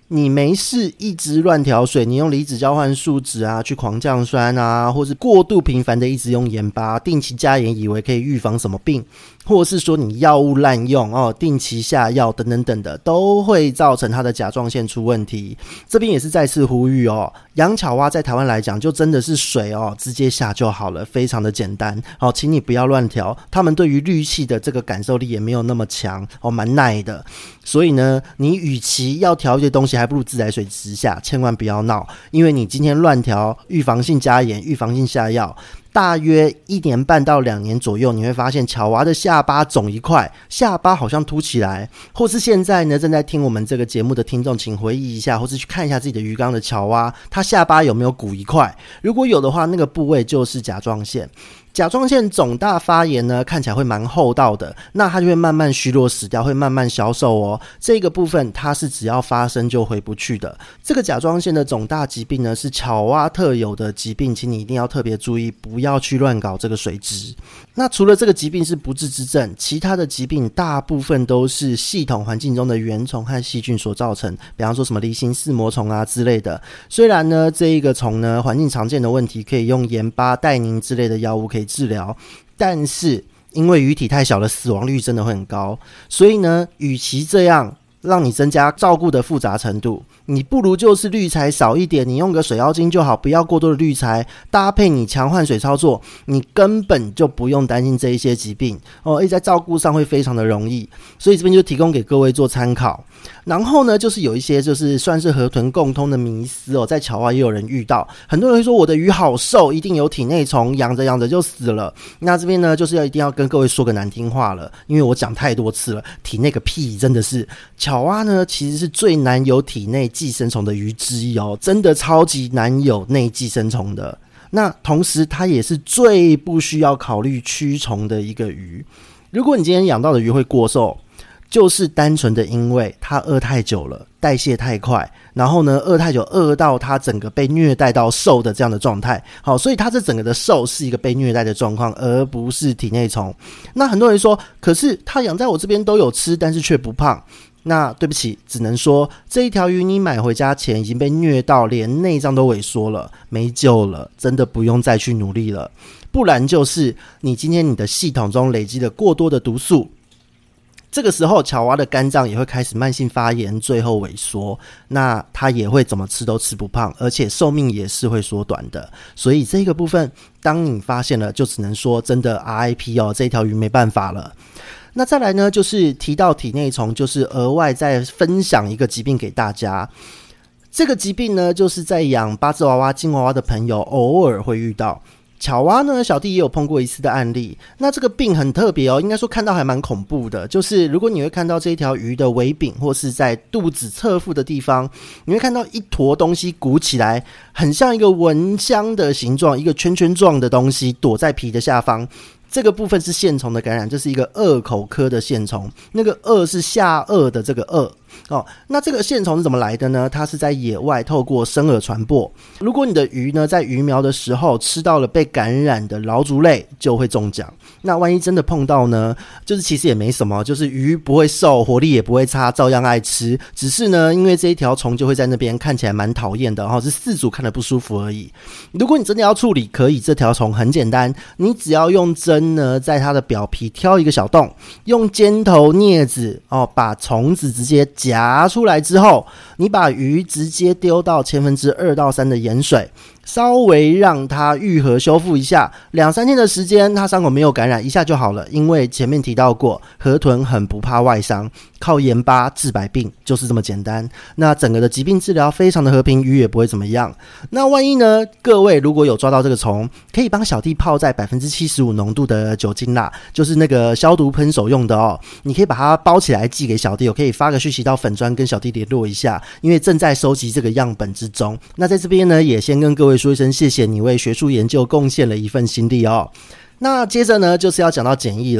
你没事一直乱调水，你用离子交换树脂啊去狂降酸啊，或是过度频繁的一直用盐巴，定期加盐以为可以预防什么病，或是说你药物滥用定期下药等等等的，都会造成它的甲状腺出问题。这边也是再次呼吁养巧蛙在台湾来讲就真的是水直接下就好了，非常的简单请你不要乱调，他们对于氯气的这个感受力也没有那么强蛮耐的。所以呢，你与其要调一些东西，还不如自来水直下，千万不要闹，因为你今天乱调，预防性加盐，预防性下药，大约1年半到2年左右，你会发现巧蛙的下巴肿一块，下巴好像凸起来，或是现在呢正在听我们这个节目的听众，请回忆一下，或是去看一下自己的鱼缸的巧蛙，它下巴有没有鼓一块？如果有的话，那个部位就是甲状腺。甲状腺肿大发炎呢，看起来会蛮厚道的，那它就会慢慢虚弱死掉，会慢慢消瘦这个部分它是只要发生就回不去的。这个甲状腺的肿大疾病呢，是巧蛙特有的疾病，请你一定要特别注意，不要去乱搞这个水质。那除了这个疾病是不治之症，其他的疾病大部分都是系统环境中的原虫和细菌所造成，比方说什么离心四膜虫啊之类的。虽然呢这一个虫呢环境常见的问题可以用盐巴、代宁之类的药物可以治疗，但是因为鱼体太小了，死亡率真的会很高，所以呢与其这样让你增加照顾的复杂程度，你不如就是滤材少一点，你用个水妖精就好，不要过多的滤材，搭配你强换水操作，你根本就不用担心这一些疾病在照顾上会非常的容易。所以这边就提供给各位做参考。然后呢，就是有一些就是算是河豚共通的迷思在巧蛙也有人遇到，很多人会说我的鱼好瘦，一定有体内虫，养着养着就死了。那这边呢，就是一定要跟各位说个难听话了，因为我讲太多次了，体内个屁，真的是巧蛙呢其实是最难有体内寄生虫的鱼之一真的超级难有内寄生虫的。那同时它也是最不需要考虑驱虫的一个鱼。如果你今天养到的鱼会过瘦，就是单纯的因为它饿太久了，代谢太快，然后呢饿太久，饿到它整个被虐待到瘦的这样的状态。好，所以它这整个的瘦是一个被虐待的状况，而不是体内虫。那很多人说，可是它养在我这边都有吃，但是却不胖。那对不起，只能说这一条鱼你买回家前已经被虐到连内脏都萎缩了，没救了，真的不用再去努力了。不然就是你今天你的系统中累积了过多的毒素，这个时候巧蛙的肝脏也会开始慢性发炎，最后萎缩，那它也会怎么吃都吃不胖，而且寿命也是会缩短的。所以这个部分当你发现了，就只能说真的 RIP 这一条鱼没办法了。那再来呢，就是提到体内虫，就是额外再分享一个疾病给大家。这个疾病呢，就是在养八字娃娃、金娃娃的朋友偶尔会遇到。巧蛙呢，小弟也有碰过一次的案例。那这个病很特别应该说看到还蛮恐怖的，就是如果你会看到这一条鱼的尾柄或是在肚子侧腹的地方，你会看到一坨东西鼓起来，很像一个蚊香的形状，一个圈圈状的东西躲在皮的下方。这个部分是线虫的感染，这是一个颚口科的线虫，那个颚是下颚的这个颚那这个线虫是怎么来的呢？它是在野外透过生饵传播。如果你的鱼呢在鱼苗的时候吃到了被感染的老竹类，就会中奖。那万一真的碰到呢，就是其实也没什么，就是鱼不会瘦，活力也不会差，照样爱吃，只是呢因为这一条虫就会在那边看起来蛮讨厌的是饲主看得不舒服而已。如果你真的要处理，可以，这条虫很简单，你只要用针呢在它的表皮挑一个小洞，用尖头镊子把虫子直接夹出来之后，你把鱼直接丢到2/1000到3的盐水，稍微让它愈合修复一下，2-3天的时间，它伤口没有感染，一下就好了。因为前面提到过，河豚很不怕外伤，靠盐巴治百病，就是这么简单。那整个的疾病治疗非常的和平，鱼也不会怎么样。那万一呢，各位如果有抓到这个虫，可以帮小弟泡在75%浓度的酒精啦，就是那个消毒喷手用的你可以把它包起来寄给小弟，我可以发个讯息到粉专跟小弟联络一下，因为正在收集这个样本之中。那在这边呢，也先跟各位说一声谢谢你为学术研究贡献了一份心力那接着呢，就是要讲到检疫了。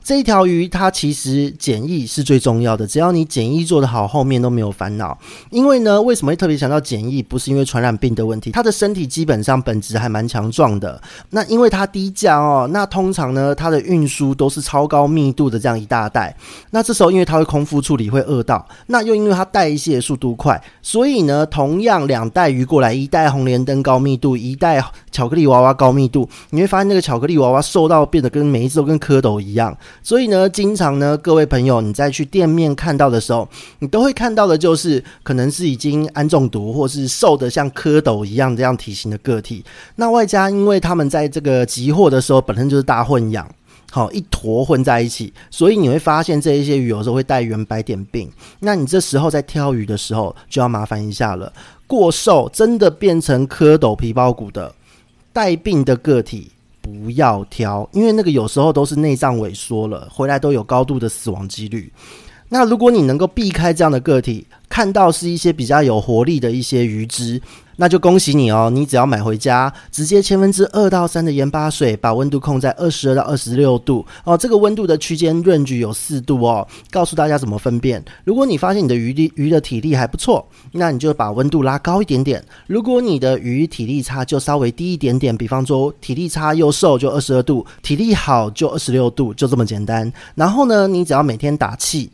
这一条鱼它其实检疫是最重要的，只要你检疫做得好，后面都没有烦恼。因为呢，为什么会特别强调检疫？不是因为传染病的问题，它的身体基本上本质还蛮强壮的。那因为它低价哦，那通常呢，它的运输都是超高密度的这样一大袋。那这时候因为它会空腹处理，会饿到，那又因为它代谢速度快，所以呢，同样2袋鱼过来，一袋红莲灯高密度，一袋巧克力娃娃高密度，你会发现那个巧克力娃娃瘦到变得跟每一只都跟蝌蚪一样。所以呢，经常呢，各位朋友你在去店面看到的时候，你都会看到的就是可能是已经氨中毒或是瘦的像蝌蚪一样这样体型的个体。那外加因为他们在这个集货的时候本身就是大混养，好一坨混在一起，所以你会发现这一些鱼有时候会带原白点病。那你这时候在挑鱼的时候就要麻烦一下了，过瘦真的变成蝌蚪皮包骨的带病的个体不要挑，因为那个有时候都是内脏萎缩了，回来都有高度的死亡几率。那如果你能够避开这样的个体，看到是一些比较有活力的一些鱼只，那就恭喜你哦，你只要买回家，直接2/1000到3的盐巴水，把温度控在22到26度哦，这个温度的区间 range 有4度哦，告诉大家怎么分辨。如果你发现你的鱼的体力还不错，那你就把温度拉高一点点。如果你的鱼体力差就稍微低一点点，比方说体力差又瘦就22度，体力好就26度，就这么简单。然后呢，你只要每天打气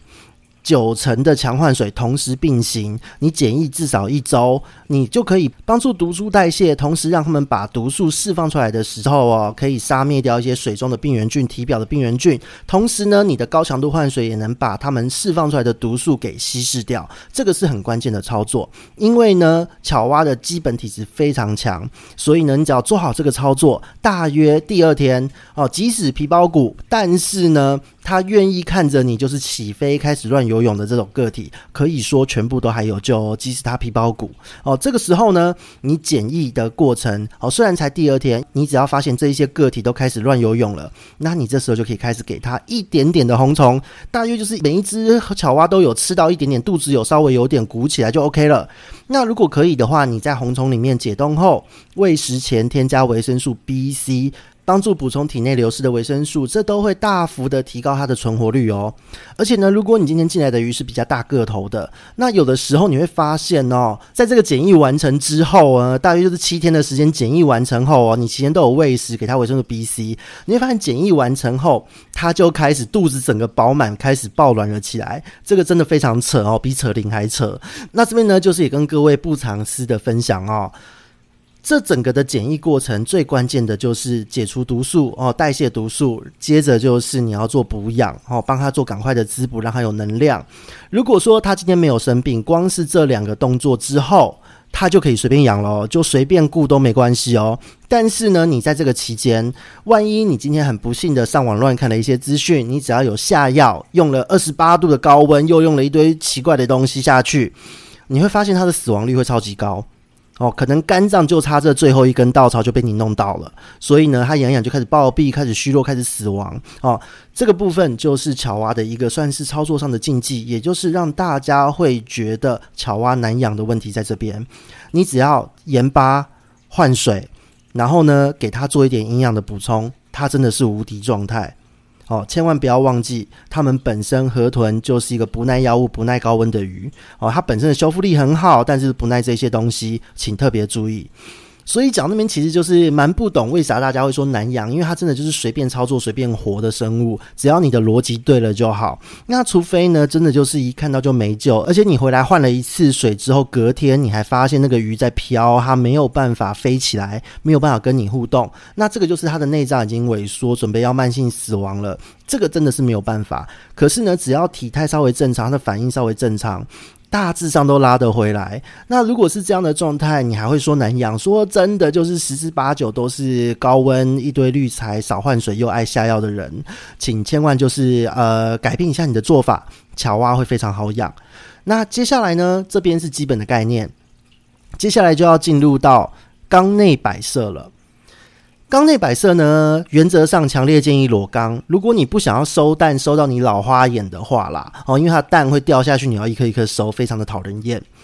，9成的强换水同时并行，你检疫至少1周，你就可以帮助毒素代谢，同时让他们把毒素释放出来的时候哦，可以杀灭掉一些水中的病原菌、体表的病原菌。同时呢，你的高强度换水也能把他们释放出来的毒素给稀释掉，这个是很关键的操作。因为呢，巧蛙的基本体质非常强，所以呢，你只要做好这个操作，大约第2天哦，即使皮包骨，但是呢，他愿意看着你就是起飞开始乱游泳的这种个体，可以说全部都还有救哦，即使他皮包骨哦。这个时候呢，你检疫的过程哦，虽然才第2天，你只要发现这一些个体都开始乱游泳了，那你这时候就可以开始给他一点点的红虫，大约就是每一只巧蛙都有吃到一点点，肚子有稍微有点鼓起来就 OK 了。那如果可以的话，你在红虫里面解冻后，喂食前添加维生素 B、C，帮助补充体内流失的维生素，这都会大幅的提高它的存活率哦。而且呢，如果你今天进来的鱼是比较大个头的，那有的时候你会发现哦，在这个检疫完成之后呢，大约就是7天的时间，检疫完成后哦，你期间都有喂食给它维生素 B、C， 你会发现检疫完成后，它就开始肚子整个饱满，开始暴卵了起来，这个真的非常扯哦，比扯铃还扯。那这边呢，就是也跟各位不藏私的分享哦。这整个的检疫过程最关键的就是解除毒素哦，代谢毒素，接着就是你要做补养哦，帮他做赶快的滋补，让他有能量。如果说他今天没有生病，光是这2个动作之后，他就可以随便养咯，就随便顾都没关系哦。但是呢，你在这个期间，万一你今天很不幸的上网乱看了一些资讯，你只要有下药，用了28度的高温，又用了一堆奇怪的东西下去，你会发现他的死亡率会超级高哦，可能肝脏就差这最后一根稻草就被你弄到了，所以呢，它养就开始暴毙，开始虚弱，开始死亡哦。这个部分就是巧蛙的一个算是操作上的禁忌，也就是让大家会觉得巧蛙难养的问题在这边。你只要盐巴换水，然后呢，给它做一点营养的补充，它真的是无敌状态。哦，千万不要忘记，它们本身河豚就是一个不耐药物、不耐高温的鱼。哦，它本身的修复力很好，但是不耐这些东西，请特别注意。所以讲那边其实就是蛮不懂为啥大家会说难养，因为它真的就是随便操作随便活的生物，只要你的逻辑对了就好。那除非呢真的就是一看到就没救，而且你回来换了一次水之后，隔天你还发现那个鱼在飘，它没有办法飞起来，没有办法跟你互动，那这个就是它的内脏已经萎缩，准备要慢性死亡了，这个真的是没有办法。可是呢，只要体态稍微正常，它的反应稍微正常，大致上都拉得回来。那如果是这样的状态，你还会说难养？说真的，就是10之8九都是高温一堆滤材少换水又爱下药的人，请千万就是改变一下你的做法，巧蛙会非常好养。那接下来呢，这边是基本的概念，接下来就要进入到缸内摆设了。缸内摆设呢，原则上强烈建议裸缸。如果你不想要收蛋收到你老花眼的话啦，因为它蛋会掉下去，你要一颗一颗收，非常的讨人厌。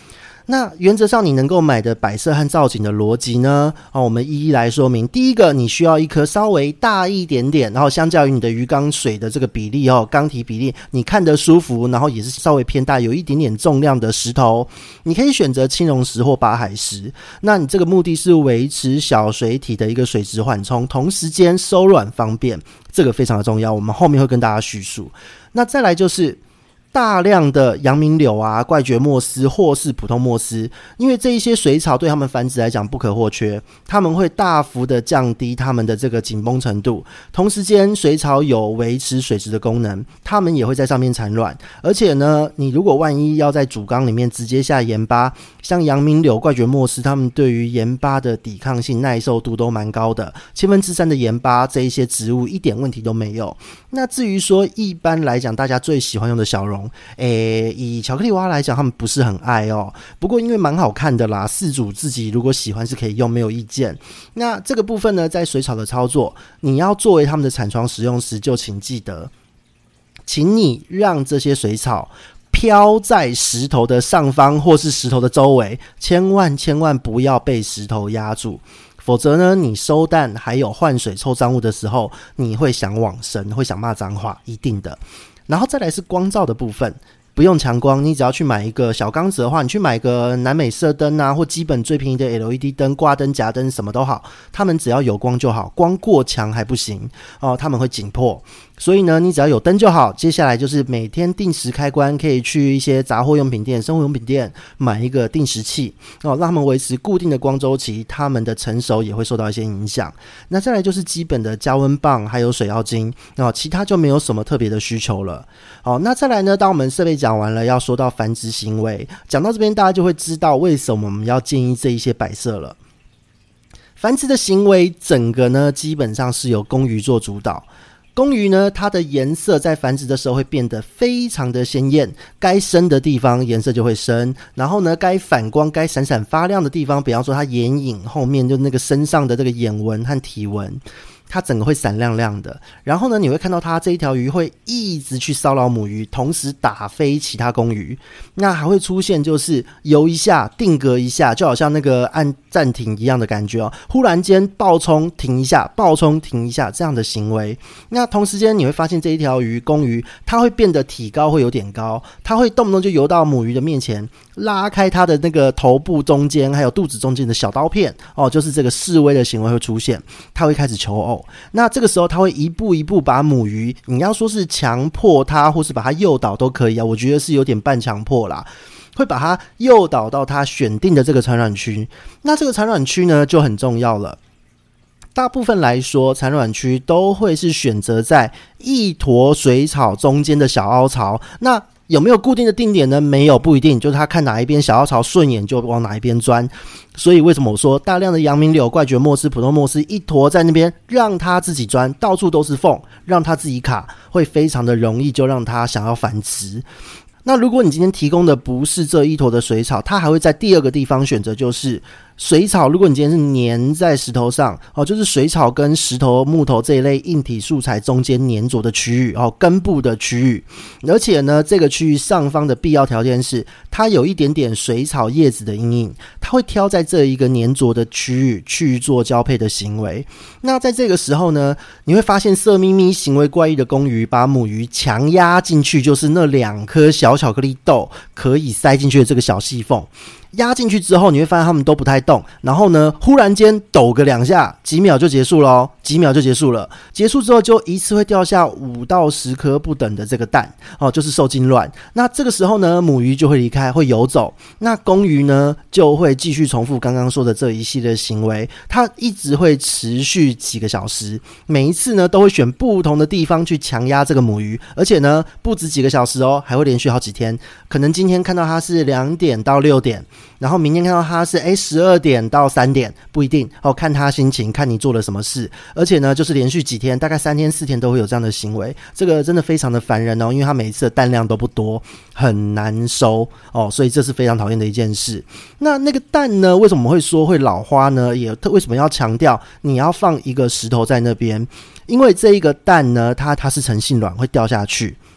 那原则上你能够买的摆设和造景的逻辑呢，我们一一来说明。第一个，你需要一颗稍微大一点点，然后相较于你的鱼缸水的这个比例缸体比例你看得舒服，然后也是稍微偏大有一点点重量的石头，你可以选择青龙石或八海石。那你这个目的是维持小水体的一个水质缓冲，同时间收卵方便，这个非常的重要，我们后面会跟大家叙述。那再来就是大量的阳明柳啊、怪蕨莫斯或是普通莫斯，因为这一些水草对它们繁殖来讲不可或缺，它们会大幅的降低它们的这个紧绷程度，同时间水草有维持水质的功能，它们也会在上面产卵。而且呢，你如果万一要在主缸里面直接下盐巴，像阳明柳、怪蕨莫斯，它们对于盐巴的抵抗性、耐受度都蛮高的，3%的盐巴这一些植物一点问题都没有。那至于说一般来讲大家最喜欢用的小蓉，以巧克力蛙来讲他们不是很爱不过因为蛮好看的啦，饲主自己如果喜欢是可以用，没有意见。那这个部分呢，在水草的操作你要作为他们的产床使用时，就请记得请你让这些水草飘在石头的上方或是石头的周围，千万不要被石头压住，否则呢，你收蛋还有换水抽脏物的时候，你会想往生，会想骂脏话，一定的。然后再来是光照的部分，不用强光，你只要去买一个小缸子的话，你去买个南美射灯啊，或基本最便宜的 LED 灯、挂灯、夹灯什么都好，它们只要有光就好，光过强还不行它们会紧迫。所以呢，你只要有灯就好。接下来就是每天定时开关，可以去一些杂货用品店、生活用品店买一个定时器让他们维持固定的光周期，他们的成熟也会受到一些影响。那再来就是基本的加温棒还有水药精其他就没有什么特别的需求了。那再来呢，当我们设备讲完了，要说到繁殖行为，讲到这边大家就会知道为什么我们要建议这一些摆设了。繁殖的行为整个呢基本上是由公鱼做主导。公鱼呢，它的颜色在繁殖的时候会变得非常的鲜艳，该深的地方颜色就会深，然后呢，该反光、该闪闪发亮的地方，比方说它眼影后面就那个身上的这个眼纹和体纹，它整个会闪亮亮的。然后呢，你会看到它这一条鱼会一直去骚扰母鱼，同时打飞其他公鱼。那还会出现就是游一下定格一下，就好像那个按暂停一样的感觉忽然间爆冲停一下，爆冲停一下这样的行为。那同时间你会发现这一条鱼公鱼它会变得体高会有点高，它会动不动就游到母鱼的面前，拉开它的那个头部中间还有肚子中间的小刀片就是这个示威的行为会出现，它会开始求偶。那这个时候它会一步一步把母鱼，你要说是强迫它或是把它诱导都可以我觉得是有点半强迫啦，会把它诱导到它选定的这个产卵区。那这个产卵区呢就很重要了，大部分来说产卵区都会是选择在一坨水草中间的小凹槽。那有没有固定的定点呢？没有，不一定，就是他看哪一边小凹槽顺眼就往哪一边钻。所以为什么我说大量的阳明柳、怪蕨莫斯、普通莫斯一坨在那边，让他自己钻，到处都是缝，让他自己卡，会非常的容易就让他想要繁殖。那如果你今天提供的不是这一坨的水草，它还会在第二个地方选择，就是水草，如果你今天是粘在石头上就是水草跟石头、木头这一类硬体素材中间粘着的区域根部的区域。而且呢，这个区域上方的必要条件是它有一点点水草叶子的阴影，它会挑在这一个粘着的区域去做交配的行为。那在这个时候呢，你会发现色咪咪行为怪异的公鱼把母鱼强压进去，就是那2颗小巧克力豆可以塞进去的这个小细缝。压进去之后，你会发现他们都不太动，然后呢，忽然间抖个2下，几秒就结束了几秒就结束了。结束之后就一次会掉下5到10颗不等的这个蛋就是受精卵。那这个时候呢，母鱼就会离开，会游走。那公鱼呢，就会继续重复刚刚说的这一系列行为，它一直会持续几个小时，每一次呢都会选不同的地方去强压这个母鱼，而且呢不止几个小时还会连续好几天。可能今天看到它是2点到6点，然后明天看到它是12点到3点，不一定看他心情，看你做了什么事。而且呢就是连续几天，大概3天4天都会有这样的行为，这个真的非常的烦人因为它每一次的蛋量都不多，很难收所以这是非常讨厌的一件事。那个蛋呢，为什么会说会老花呢？也为什么要强调你要放一个石头在那边？因为这一个蛋呢，它是呈性卵，会掉下去。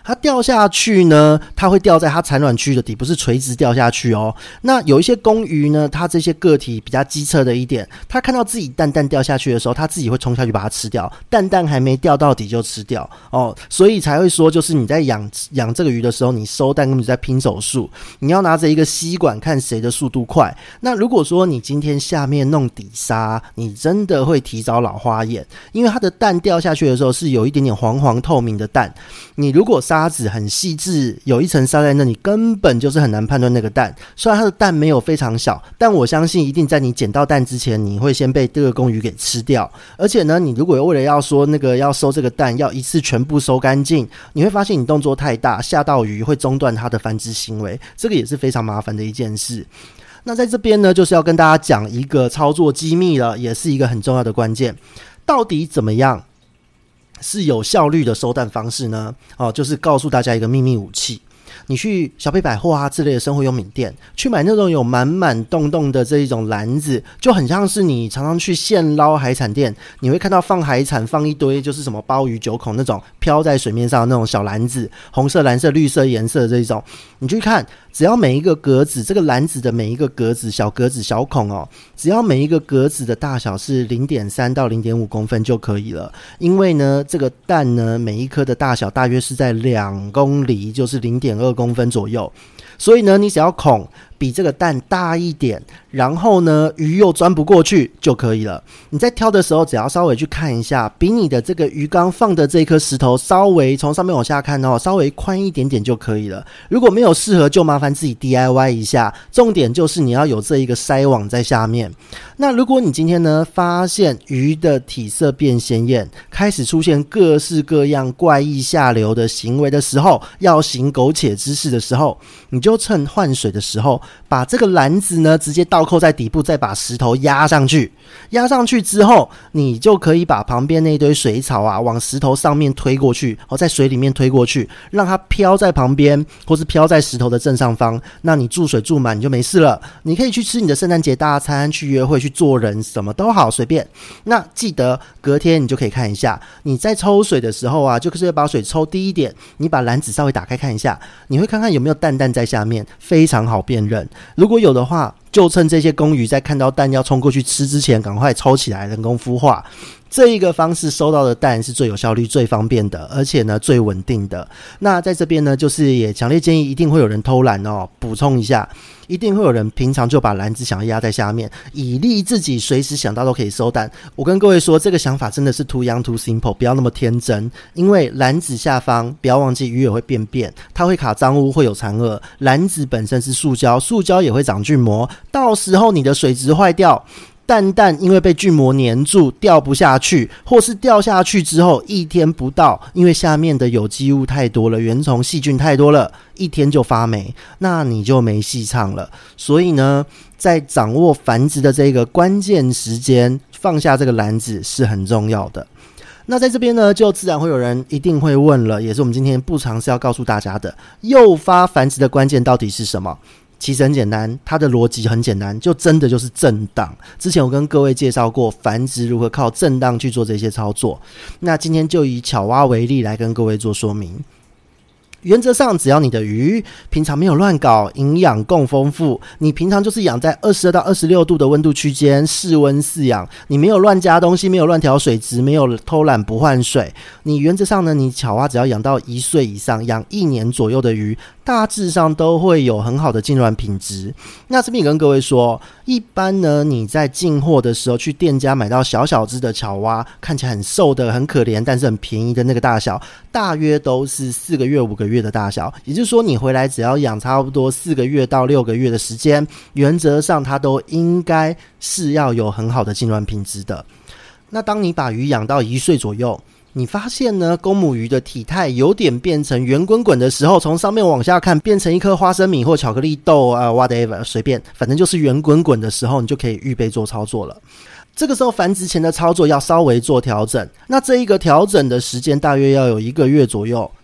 它掉下去呢，它会掉在它产卵区的底部，是垂直掉下去哦。那有一些公鱼呢，它这些个体比较机车的一点，它看到自己蛋蛋掉下去的时候，它自己会冲下去把它吃掉，蛋蛋还没掉到底就吃掉哦，所以才会说，就是你在养这个鱼的时候，你收蛋根本就在拼手速，你要拿着一个吸管看谁的速度快。那如果说你今天下面弄底沙，你真的会提早老花眼，因为它的蛋掉下去的时候是有一点点黄黄透明的蛋，你如果沙子很细致，有一层沙在那里，根本就是很难判断那个蛋。虽然它的蛋没有非常小，但我相信一定在你捡到蛋之前，你会先被这个公鱼给吃掉。而且呢，你如果为了要说那个要收这个蛋，要一次全部收干净，你会发现你动作太大，吓到鱼会中断它的繁殖行为，这个也是非常麻烦的一件事。那在这边呢，就是要跟大家讲一个操作机密了，也是一个很重要的关键。到底怎么样是有效率的收蛋方式呢？就是告诉大家一个秘密武器。你去小北百货啊之类的生活用品店去买那种有满满洞洞的这一种篮子，就很像是你常常去现捞海产店，你会看到放海产放一堆就是什么鲍鱼9孔那种飘在水面上的那种小篮子，红色蓝色绿色颜色的这种，你去看，只要每一个格子，这个篮子的每一个格子小格子小孔只要每一个格子的大小是 0.3 到 0.5 公分就可以了。因为呢这个蛋呢每一颗的大小大约是在2公厘，就是 0.2 公分左右，所以呢你只要孔比这个蛋大一点，然后呢鱼又钻不过去就可以了。你在挑的时候只要稍微去看一下，比你的这个鱼缸放的这颗石头稍微从上面往下看稍微宽一点点就可以了。如果没有适合就麻烦自己 DIY 一下，重点就是你要有这一个筛网在下面。那如果你今天呢发现鱼的体色变鲜艳，开始出现各式各样怪异下流的行为的时候，要行苟且之事的时候，你就趁换水的时候把这个篮子呢直接倒扣在底部，再把石头压上去。压上去之后，你就可以把旁边那一堆水草往石头上面推过去，在水里面推过去，让它飘在旁边或是飘在石头的正上方。那你注水注满你就没事了，你可以去吃你的圣诞节大餐，去约会，去做人，什么都好，随便。那记得隔天你就可以看一下，你在抽水的时候就是把水抽低一点，你把篮子稍微打开看一下，你会看看有没有蛋蛋在下面，非常好辨认。如果有的话，就趁这些公鱼在看到蛋要冲过去吃之前赶快抽起来人工孵化。这一个方式收到的蛋是最有效率最方便的，而且呢最稳定的。那在这边呢就是也强烈建议，一定会有人偷懒补充一下，一定会有人平常就把篮子想要压在下面，以利自己随时想到都可以收蛋。我跟各位说，这个想法真的是 too young too simple， 不要那么天真。因为篮子下方不要忘记鱼也会便便，它会卡脏污，会有残饵，篮子本身是塑胶，塑胶也会长菌膜，到时候你的水质坏掉，蛋蛋因为被菌膜黏住掉不下去，或是掉下去之后1天不到，因为下面的有机物太多了，原虫细菌太多了，1天就发霉，那你就没戏唱了。所以呢在掌握繁殖的这个关键时间，放下这个篮子是很重要的。那在这边呢就自然会有人一定会问了，也是我们今天不尝试要告诉大家的，诱发繁殖的关键到底是什么？其实很简单，它的逻辑很简单，就真的就是震荡。之前我跟各位介绍过繁殖如何靠震荡去做这些操作，那今天就以巧蛙为例来跟各位做说明。原则上只要你的鱼平常没有乱搞，营养够丰富，你平常就是养在22到26度的温度区间，室温饲养，你没有乱加东西，没有乱调水质，没有偷懒不换水，你原则上呢，你巧蛙只要养到1岁以上，养1年左右的鱼，大致上都会有很好的进卵品质。那这边也跟各位说，一般呢你在进货的时候去店家买到小小只的巧蛙，看起来很瘦的很可怜但是很便宜的那个大小，大约都是4个月5个月的大小，也就是说你回来只要养差不多4个月到6个月的时间，原则上它都应该是要有很好的进卵品质的。那当你把鱼养到1岁左右，你发现呢公母鱼的体态有点变成圆滚滚的时候，从上面往下看变成一颗花生米或巧克力豆whatever 随便，反正就是圆滚滚的时候，你就可以预备做操作了。这个时候繁殖前的操作要稍微做调整，那这一个调整的时间大约要有1个月左右，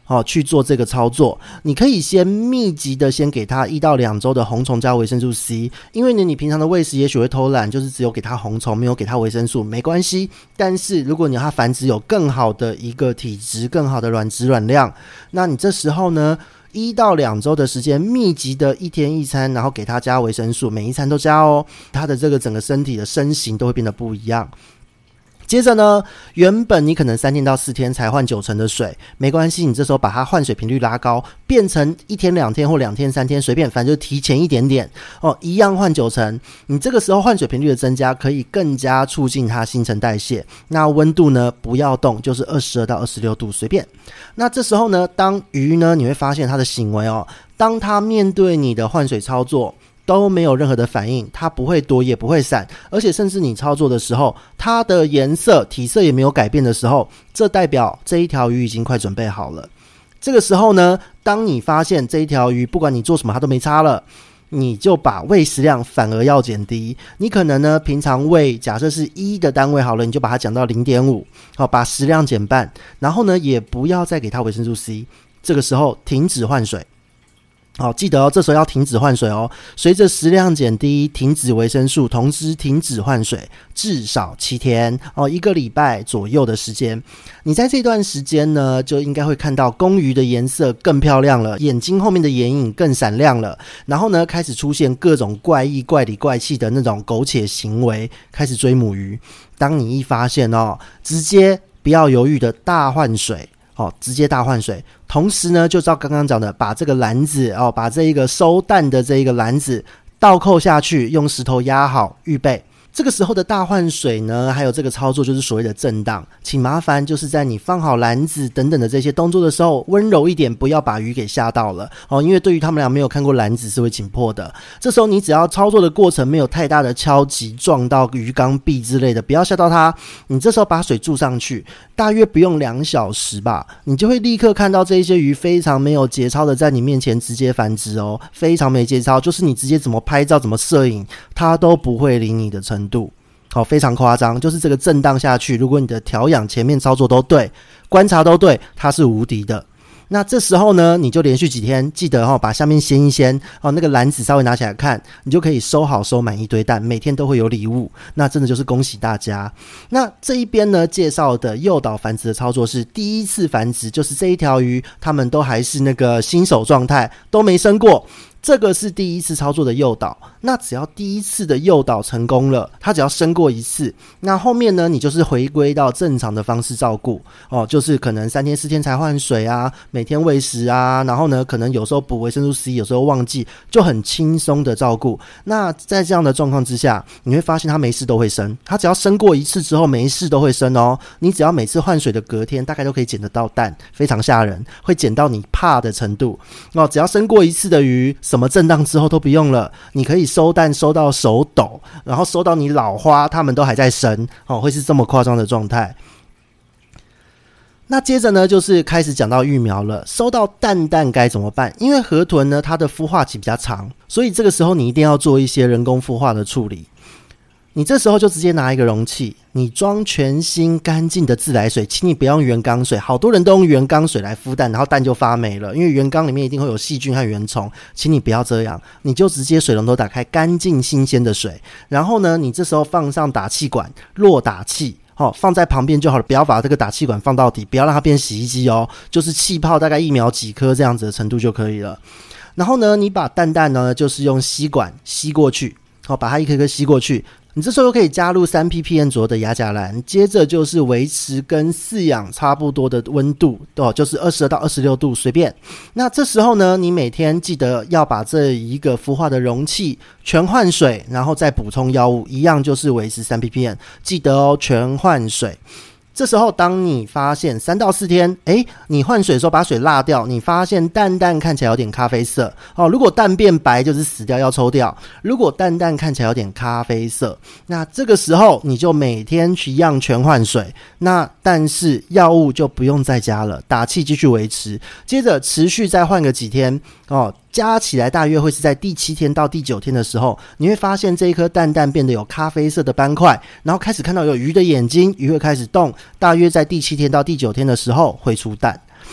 去做这个操作。你可以先密集的先给它1到2周的红虫加维生素 C， 因为你平常的喂食也许会偷懒，就是只有给它红虫没有给它维生素，没关系。但是如果你要它繁殖有更好的一个体质，更好的卵质卵量，那你这时候呢1到2周的时间密集的1天1餐，然后给它加维生素，每一餐都加哦，它的这个整个身体的身形都会变得不一样。接着呢，原本你可能3天到4天才换9成的水，没关系，你这时候把它换水频率拉高，变成1天2天或2天3天，随便，反正就提前一点点一样换9成。你这个时候换水频率的增加，可以更加促进它新陈代谢。那温度呢，不要动，就是22到26度，随便。那这时候呢，当鱼呢，你会发现它的行为当它面对你的换水操作都没有任何的反应，它不会躲也不会闪，而且甚至你操作的时候它的颜色体色也没有改变的时候，这代表这一条鱼已经快准备好了。这个时候呢，当你发现这一条鱼不管你做什么它都没差了，你就把喂食量反而要减低。你可能呢平常喂假设是1的单位好了，你就把它降到 0.5， 把食量减半，然后呢也不要再给它维生素 C。 这个时候停止换水，记得这时候要停止换水随着食量减低，停止维生素，同时停止换水，至少7天1个礼拜左右的时间。你在这段时间呢，就应该会看到公鱼的颜色更漂亮了，眼睛后面的眼影更闪亮了，然后呢开始出现各种怪异怪里怪气的那种苟且行为，开始追母鱼。当你一发现直接不要犹豫的大换水，直接大换水，同时呢就照刚刚讲的，把这个篮子把这一个收蛋的这一个篮子倒扣下去，用石头压好预备。这个时候的大换水呢，还有这个操作就是所谓的震荡，请麻烦就是在你放好篮子等等的这些动作的时候温柔一点，不要把鱼给吓到了因为对于他们俩没有看过篮子是会紧迫的。这时候你只要操作的过程没有太大的敲击撞到鱼缸壁之类的，不要吓到它，你这时候把水注上去，大约不用2小时吧，你就会立刻看到这一些鱼非常没有节操的在你面前直接繁殖非常没节操，就是你直接怎么拍照怎么摄影它都不会理你的程度非常夸张。就是这个震荡下去，如果你的调养前面操作都对，观察都对，它是无敌的。那这时候呢，你就连续几天记得把下面掀一掀那个篮子稍微拿起来看，你就可以收好收满一堆蛋，每天都会有礼物，那真的就是恭喜大家。那这一边呢介绍的诱导繁殖的操作是第一次繁殖，就是这一条鱼他们都还是那个新手状态，都没生过，这个是第一次操作的诱导。那只要第一次的诱导成功了，它只要生过一次，那后面呢你就是回归到正常的方式照顾就是可能3天4天才换水啊，每天喂食啊，然后呢可能有时候补维生素 C， 有时候忘记，就很轻松的照顾。那在这样的状况之下，你会发现它没事都会生，它只要生过一次之后没事都会生你只要每次换水的隔天大概都可以捡得到蛋，非常吓人，会捡到你怕的程度只要生过一次的鱼，什么震荡之后都不用了，你可以收蛋收到手抖，然后收到你老花它们都还在生会是这么夸张的状态。那接着呢就是开始讲到育苗了，收到蛋蛋该怎么办？因为河豚呢它的孵化期比较长，所以这个时候你一定要做一些人工孵化的处理。你这时候就直接拿一个容器，你装全新干净的自来水，请你不要用原缸水，好多人都用原缸水来孵蛋，然后蛋就发霉了，因为原缸里面一定会有细菌和原虫，请你不要这样，你就直接水龙头打开，干净新鲜的水，然后呢你这时候放上打气管，落打气放在旁边就好了，不要把这个打气管放到底，不要让它变洗衣机就是气泡大概1秒几颗这样子的程度就可以了。然后呢你把蛋蛋呢就是用吸管吸过去把它一颗颗吸过去，你这时候可以加入3ppm 左右的亚甲蓝，接着就是维持跟饲养差不多的温度就是22到26度随便。那这时候呢你每天记得要把这一个孵化的容器全换水，然后再补充药物，一样就是维持3ppm，记得全换水。这时候当你发现3到4天你换水的时候把水落掉，你发现蛋蛋看起来有点咖啡色如果蛋变白就是死掉要抽掉，如果蛋蛋看起来有点咖啡色，那这个时候你就每天一样全换水，那但是药物就不用再加了，打气继续维持，接着持续再换个几天加起来大约会是在第7天到第9天的时候，你会发现这一颗蛋蛋变得有咖啡色的斑块，然后开始看到有鱼的眼睛，鱼会开始动，大约在第7天到第9天的时候会出蛋。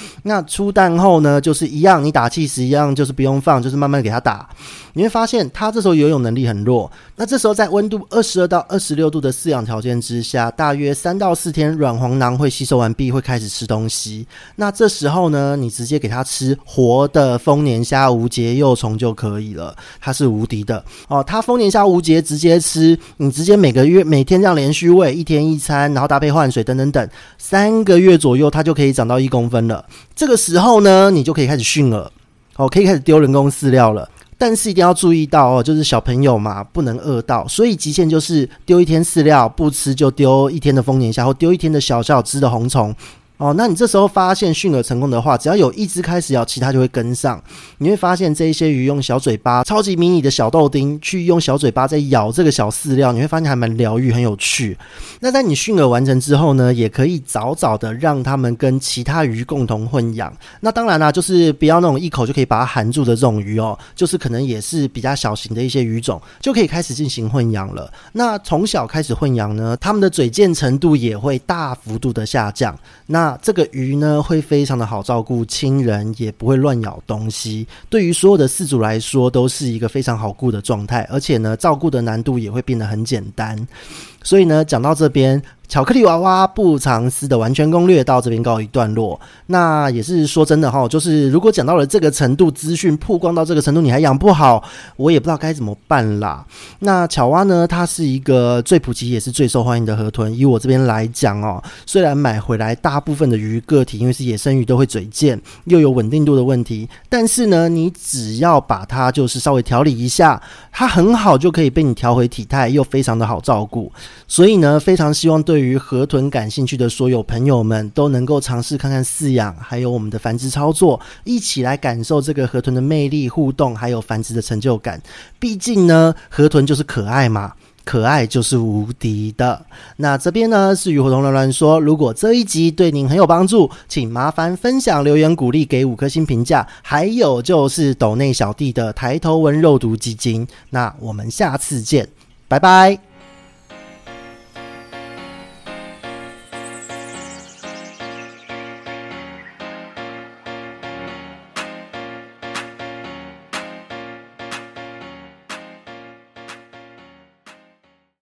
那出蛋后呢，就是一样，你打气时一样，就是不用放，就是慢慢给它打。你会发现它这时候游泳能力很弱，那这时候在温度22到26度的饲养条件之下，大约3到4天软黄囊会吸收完毕，会开始吃东西。那这时候呢，你直接给它吃活的丰年虾无节幼虫就可以了，它是无敌的哦。它丰年虾无节直接吃，你直接每天这样连续喂，1天1餐，然后搭配换水等等等，3个月左右它就可以长到1公分了。这个时候呢，你就可以开始训了，可以开始丢人工饲料了。但是一定要注意到就是小朋友嘛，不能饿到，所以极限就是丢1天饲料，不吃就丢1天的丰年虾，或丢1天的小只的红虫。那你这时候发现驯饵成功的话，只要有一只开始咬，其他就会跟上。你会发现这一些鱼用小嘴巴，超级迷你的小豆丁去用小嘴巴在咬这个小饲料，你会发现还蛮疗愈，很有趣。那在你驯饵完成之后呢，也可以早早的让他们跟其他鱼共同混养。那当然啦，就是不要那种一口就可以把它含住的这种鱼就是可能也是比较小型的一些鱼种，就可以开始进行混养了。那从小开始混养呢，他们的嘴健程度也会大幅度的下降。那这个鱼呢会非常的好照顾，亲人也不会乱咬东西，对于所有的饲主来说都是一个非常好顾的状态，而且呢照顾的难度也会变得很简单。所以呢讲到这边，巧克力娃娃不藏私的完全攻略到这边告一段落。那也是说真的就是如果讲到了这个程度，资讯曝光到这个程度，你还养不好，我也不知道该怎么办啦。那巧蛙呢，它是一个最普及也是最受欢迎的河豚。以我这边来讲虽然买回来大部分的鱼个体因为是野生鱼都会嘴贱，又有稳定度的问题，但是呢你只要把它就是稍微调理一下，它很好就可以被你调回体态，又非常的好照顾。所以呢非常希望对于河豚感兴趣的所有朋友们都能够尝试看看饲养还有我们的繁殖操作，一起来感受这个河豚的魅力、互动还有繁殖的成就感。毕竟呢河豚就是可爱嘛，可爱就是无敌的。那这边呢是鱼活通乱说，如果这一集对您很有帮助，请麻烦分享留言鼓励，给5颗星评价，还有就是斗内小弟的抬头纹肉毒基金。那我们下次见，拜拜。